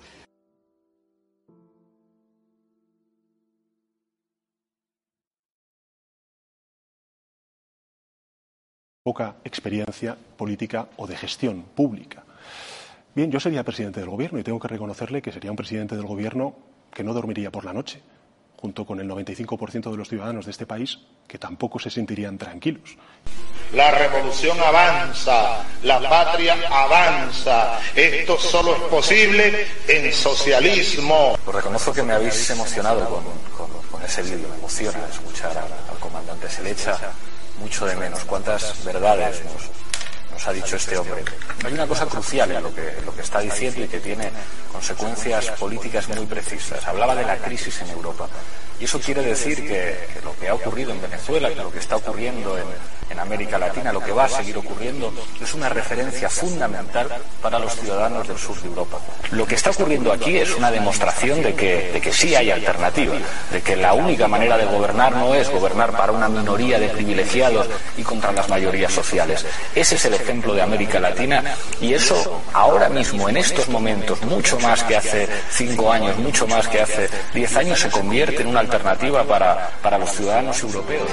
Poca experiencia política o de gestión pública. Bien, yo sería presidente del gobierno y tengo que reconocerle que sería un presidente del gobierno que no dormiría por la noche, junto con el noventa y cinco por ciento de los ciudadanos de este país que tampoco se sentirían tranquilos. La revolución avanza, la patria avanza. Esto solo es posible en socialismo. Os reconozco que me habéis emocionado con, con, con ese vídeo. Me emociona escuchar al, al comandante. Se le echa mucho de menos. ¿Cuántas verdades nos, nos ha dicho este hombre? Hay una cosa crucial en lo que, lo que está diciendo y que tiene consecuencias políticas muy precisas. Hablaba de la crisis en Europa. Y eso quiere decir que, que lo que ha ocurrido en Venezuela, que lo que está ocurriendo en, en América Latina, lo que va a seguir ocurriendo, es una referencia fundamental para los ciudadanos del sur de Europa. Lo que está ocurriendo aquí es una demostración de que, de que sí hay alternativa, de que la única manera de gobernar no es gobernar para una minoría de privilegiados y contra las mayorías sociales. Ese es el ejemplo de América Latina y eso ahora mismo, en estos momentos, mucho más que hace cinco años, mucho más que hace diez años, se convierte en una alternativa para, para los ciudadanos europeos.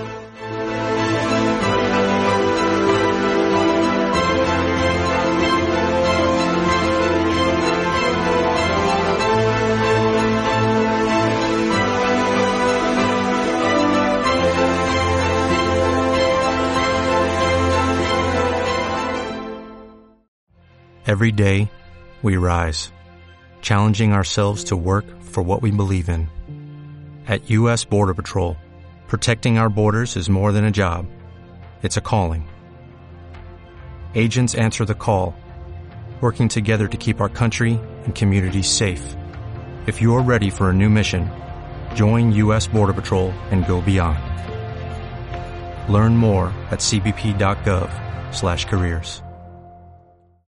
Every day, we rise, challenging ourselves to work for what we believe in. At U S Border Patrol, protecting our borders is more than a job. It's a calling. Agents answer the call, working together to keep our country and communities safe. If you're ready for a new mission, join U S Border Patrol and go beyond. Learn more at c b p dot gov slash careers.